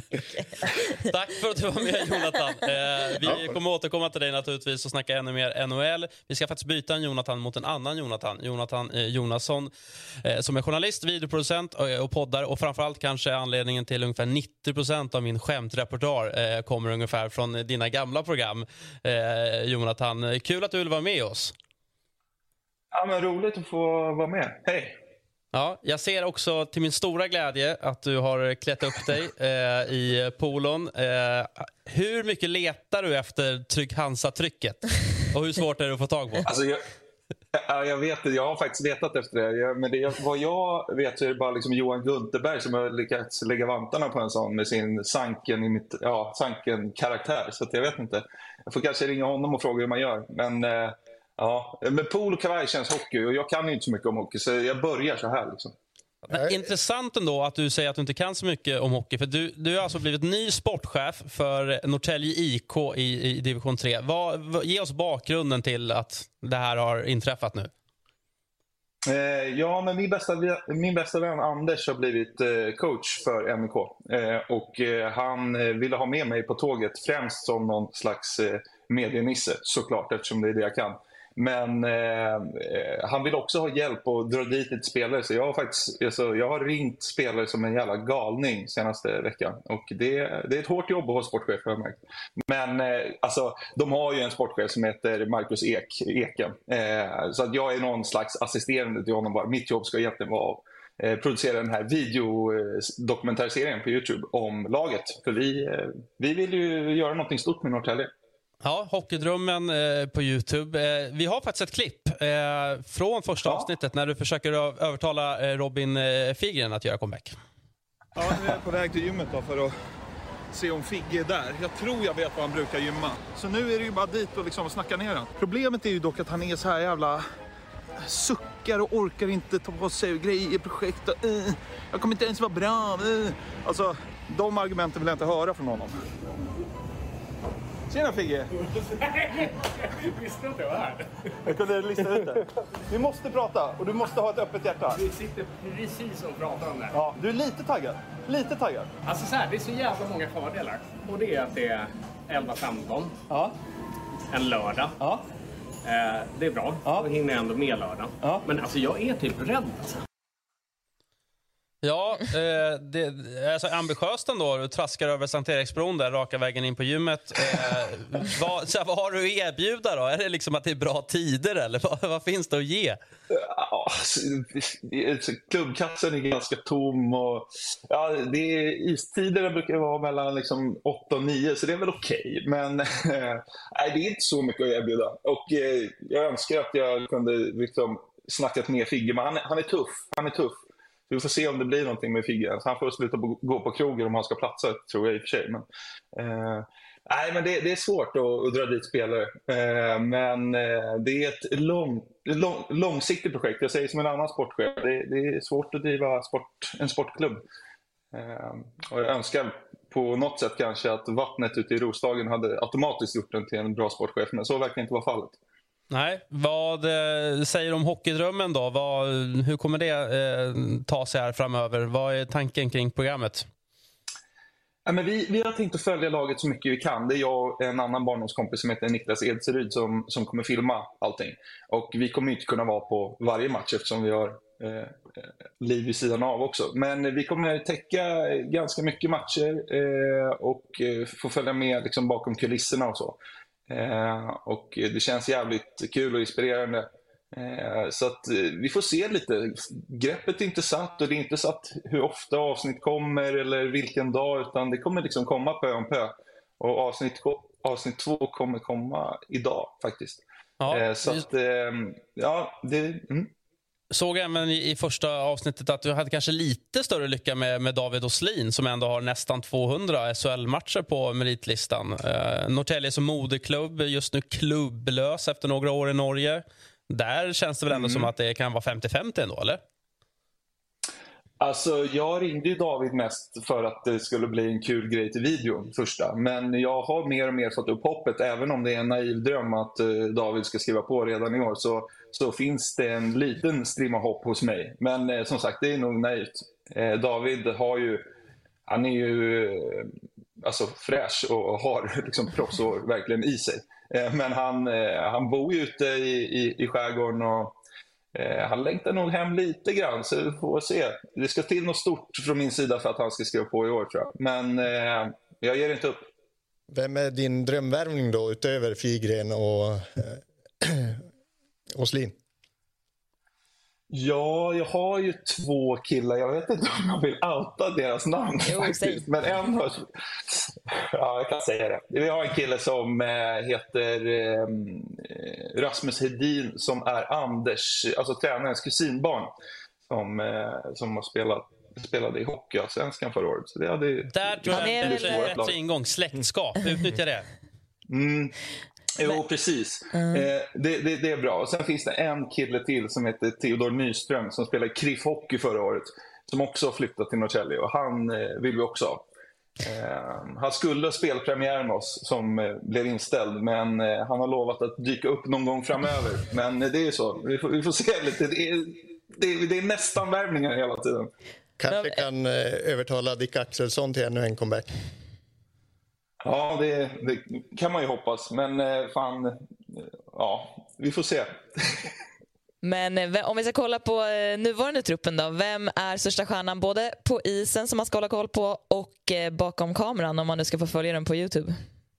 Tack för att du var med, Jonathan. Vi kommer återkomma till dig naturligtvis och snacka ännu mer NHL. Vi ska faktiskt byta en Jonathan mot en annan Jonathan. Jonathan Jonasson som är journalist, videoproducent och poddar, och framförallt kanske anledningen till ungefär 90% av min skämtrepertoar kommer ungefär från dina gamla program. Jonathan, kul att du vill vara med oss. Ja, men roligt att få vara med. Hej! Ja, jag ser också till min stora glädje att du har klätt upp dig i polon. Hur mycket letar du efter Trygg-Hansa-trycket? Och hur svårt är det att få tag på? Alltså jag vet det. Jag har faktiskt letat efter det. Men vad jag vet så är det bara liksom Johan Gunterberg som har lyckats lägga vantarna på en sån med sin Sanken-karaktär. Så att jag vet inte. Jag får kanske ringa honom och fråga hur man gör. Men pool och kavaj känns hockey, och jag kan ju inte så mycket om hockey, så jag börjar så här liksom. Intressant ändå att du säger att du inte kan så mycket om hockey, för du har alltså blivit ny sportchef för Norrtälje IK i division 3. Ge oss bakgrunden till att det här har inträffat nu. Ja, men min bästa vän Anders har blivit coach för NK, och han ville ha med mig på tåget främst som någon slags medienisse, såklart, eftersom det är det jag kan. Men han vill också ha hjälp att dra dit lite spelare. Så jag har ringt spelare som en jävla galning senaste veckan. Och det är ett hårt jobb att vara sportchef, har jag märkt. Men de har ju en sportchef som heter Marcus Eken. Så att jag är någon slags assisterande till honom bara. Mitt jobb ska egentligen vara att producera den här videodokumentärserien på YouTube om laget. För vi vill ju göra någonting stort med Norrtälje. Ja, Hockeydrömmen på YouTube. Vi har faktiskt ett klipp från första avsnittet när du försöker övertala Robin Figren att göra comeback. Ja, nu är jag på väg till gymmet då för att se om Figge är där. Jag tror jag vet vad han brukar gymma. Så nu är det ju bara dit och liksom snacka ner han. Problemet är ju dock att han är så här jävla suckar och orkar inte ta på sig grejer i projekt. Och, jag kommer inte ens vara bra. Alltså, de argumenten vill jag inte höra från honom. Tjena Figge! Visste inte jag var här. Jag kunde lista ut det. Vi måste prata och du måste ha ett öppet hjärta. Vi sitter precis och pratar om det. Ja, du är lite taggad. Lite taggad. Alltså så här, det är så jävla många fördelar. Och det är att det är 11:15. Ja. En lördag. Ja. Det är bra. Ja. Då hinner jag ändå med lördag. Ja. Men alltså jag är typ rädd alltså. Ja, det är alltså ambitiöst ändå. Du traskar över Sankt Eriksbron där, raka vägen in på gymmet. Vad har du att erbjuda då? Är det liksom att det är bra tider eller vad finns det att ge? Klubbkassan är ganska tom och istiderna brukar vara mellan liksom 8 och 9, så det är väl okej. Men nej, det är inte så mycket att erbjuda. Och jag önskar att jag kunde liksom snackat med Figge, men han är tuff. Vi får se om det blir någonting med Figge. Han får sluta gå på krogen om han ska platsa, tror jag i och för sig. Men det är svårt att dra dit spelare. Men det är ett långsiktigt projekt. Jag säger som en annan sportchef. Det är svårt att driva en sportklubb. Och jag önskar på något sätt kanske att vattnet ute i Roslagen hade automatiskt gjort den till en bra sportchef. Men så verkar inte vara fallet. Nej, vad säger du om hockeydrömmen då? Hur kommer det ta sig här framöver? Vad är tanken kring programmet? Ja, men vi har tänkt att följa laget så mycket vi kan. Det är jag och en annan barndomskompis som heter Niklas Edseryd som kommer filma allting. Och vi kommer inte kunna vara på varje match eftersom vi har liv vid sidan av också. Men vi kommer täcka ganska mycket matcher och få följa med liksom bakom kulisserna och så. Och det känns jävligt kul och inspirerande Så att vi får se lite. Greppet är inte satt och det är inte satt hur ofta avsnitt kommer eller vilken dag, utan det kommer liksom komma pö om pö. Och avsnitt 2 kommer komma idag faktiskt. Ja, så att, ja, det... Såg även i första avsnittet att du hade kanske lite större lycka med David Åslin som ändå har nästan 200 SHL-matcher på meritlistan. Norrtälje som moderklubb, just nu klubblös efter några år i Norge. Där känns det väl ändå som att det kan vara 50-50 ändå, eller? Alltså, jag ringde ju David mest för att det skulle bli en kul grej till videon första. Men jag har mer och mer fått upp hoppet, även om det är en naiv dröm att David ska skriva på redan i år. Så finns det en liten strimma hopp hos mig. Men som sagt, det är nog naivt. David han är ju alltså fräsch och har liksom proffsår verkligen i sig. Men han bor ju ute i skärgården och han längtar nog hem lite grann, så vi får se. Det ska till något stort från min sida för att han ska skriva på i år, tror jag. Men jag ger inte upp. Vem är din drömvärvning då, utöver Figren och Åslin? Ja, jag har ju 2 killar. Jag vet inte om jag vill outa deras namn faktiskt. Men en har... Ja, jag kan säga det. Vi har en kille som heter Rasmus Hedin, som är Anders, alltså tränarens kusinbarn, som har spelade i hockey av Svenskan förra året. Så det hade... Där tror jag är en bättre ingång. Släktskap, utnyttja det. Jo, precis. Det är bra. Och sen finns det en kille till som heter Theodor Nyström som spelade KRIF Hockey förra året, som också har flyttat till Norrtälje, och han vill vi också ha. Han skulle spela premiär med oss som blev inställd, men han har lovat att dyka upp någon gång framöver. Men det är så. Vi får se lite. Det är nästan värvningar hela tiden. Kanske kan övertala Dick Axelsson till ännu en comeback. Ja, det kan man ju hoppas. Men vi får se. Men om vi ska kolla på nuvarande truppen då, vem är största stjärnan både på isen som man ska hålla koll på och bakom kameran, om man nu ska få följa den på YouTube?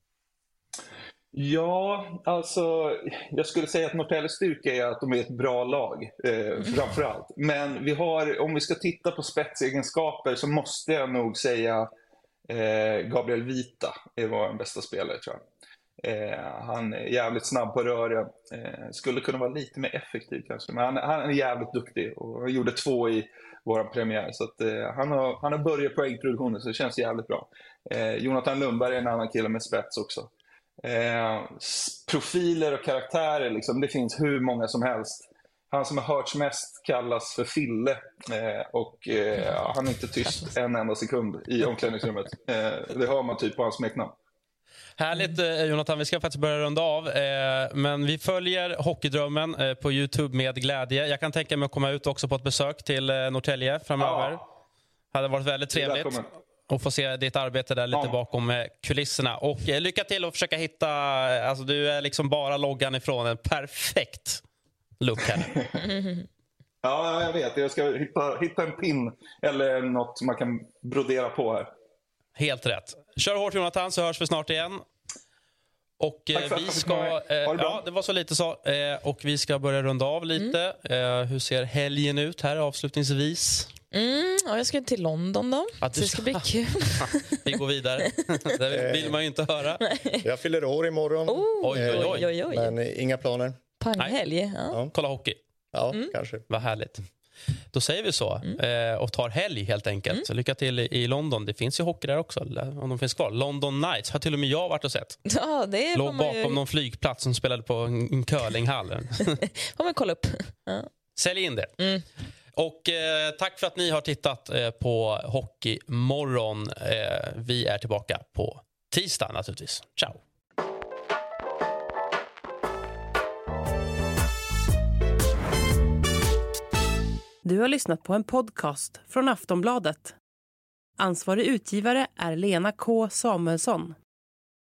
Ja, alltså jag skulle säga att Norrtäljes styrka är att de är ett bra lag, framförallt. Men om vi ska titta på spetsegenskaper, så måste jag nog säga Gabriel Vita är vår bästa spelare, tror jag. Han är jävligt snabb på rören, skulle kunna vara lite mer effektiv kanske, men han är jävligt duktig och han gjorde 2 i vår premiär, så att han har börjat poängproduktionen, så det känns jävligt bra. Jonathan Lundberg är en annan kille med spets också. Profiler och karaktärer liksom, det finns hur många som helst. Han som har hörts mest kallas för Fille, och han är inte tyst en enda sekund i omklädningsrummet. Det hör man typ på hans smeknamn. Härligt, Jonathan, vi ska faktiskt börja runda av, men vi följer Hockeydrömmen på YouTube med glädje. Jag kan tänka mig att komma ut också på ett besök till Norrtälje framöver. Hade varit väldigt trevligt att få se ditt arbete där lite bakom kulisserna. Och lycka till att försöka hitta, alltså du är liksom bara loggan ifrån en perfekt look här. Ja, jag vet. Jag ska hitta en pin eller något man kan brodera på här. Helt rätt. Kör hårt, Jonathan, så hörs vi snart igen. Och vi ska... det var så lite så. Och vi ska börja runda av lite. Hur ser helgen ut här avslutningsvis? Jag ska till London då. Så det ska bli kul. Vi går vidare. Det vill man ju inte höra. Jag fyller år imorgon. Oj. Men inga planer. Panghelg. Ja. Kolla hockey. Ja, kanske. Vad härligt. Då säger vi så. Och tar helg helt enkelt. Så lycka till i London. Det finns ju hockey där också, om de finns kvar. London Knights har till och med jag varit och sett. Ja, det låg bakom någon flygplats som spelade på en curlinghall. Får man kolla upp. Sälj in det. Och tack för att ni har tittat på Hockeymorgon. Vi är tillbaka på tisdag naturligtvis. Ciao. Du har lyssnat på en podcast från Aftonbladet. Ansvarig utgivare är Lena K. Samuelsson.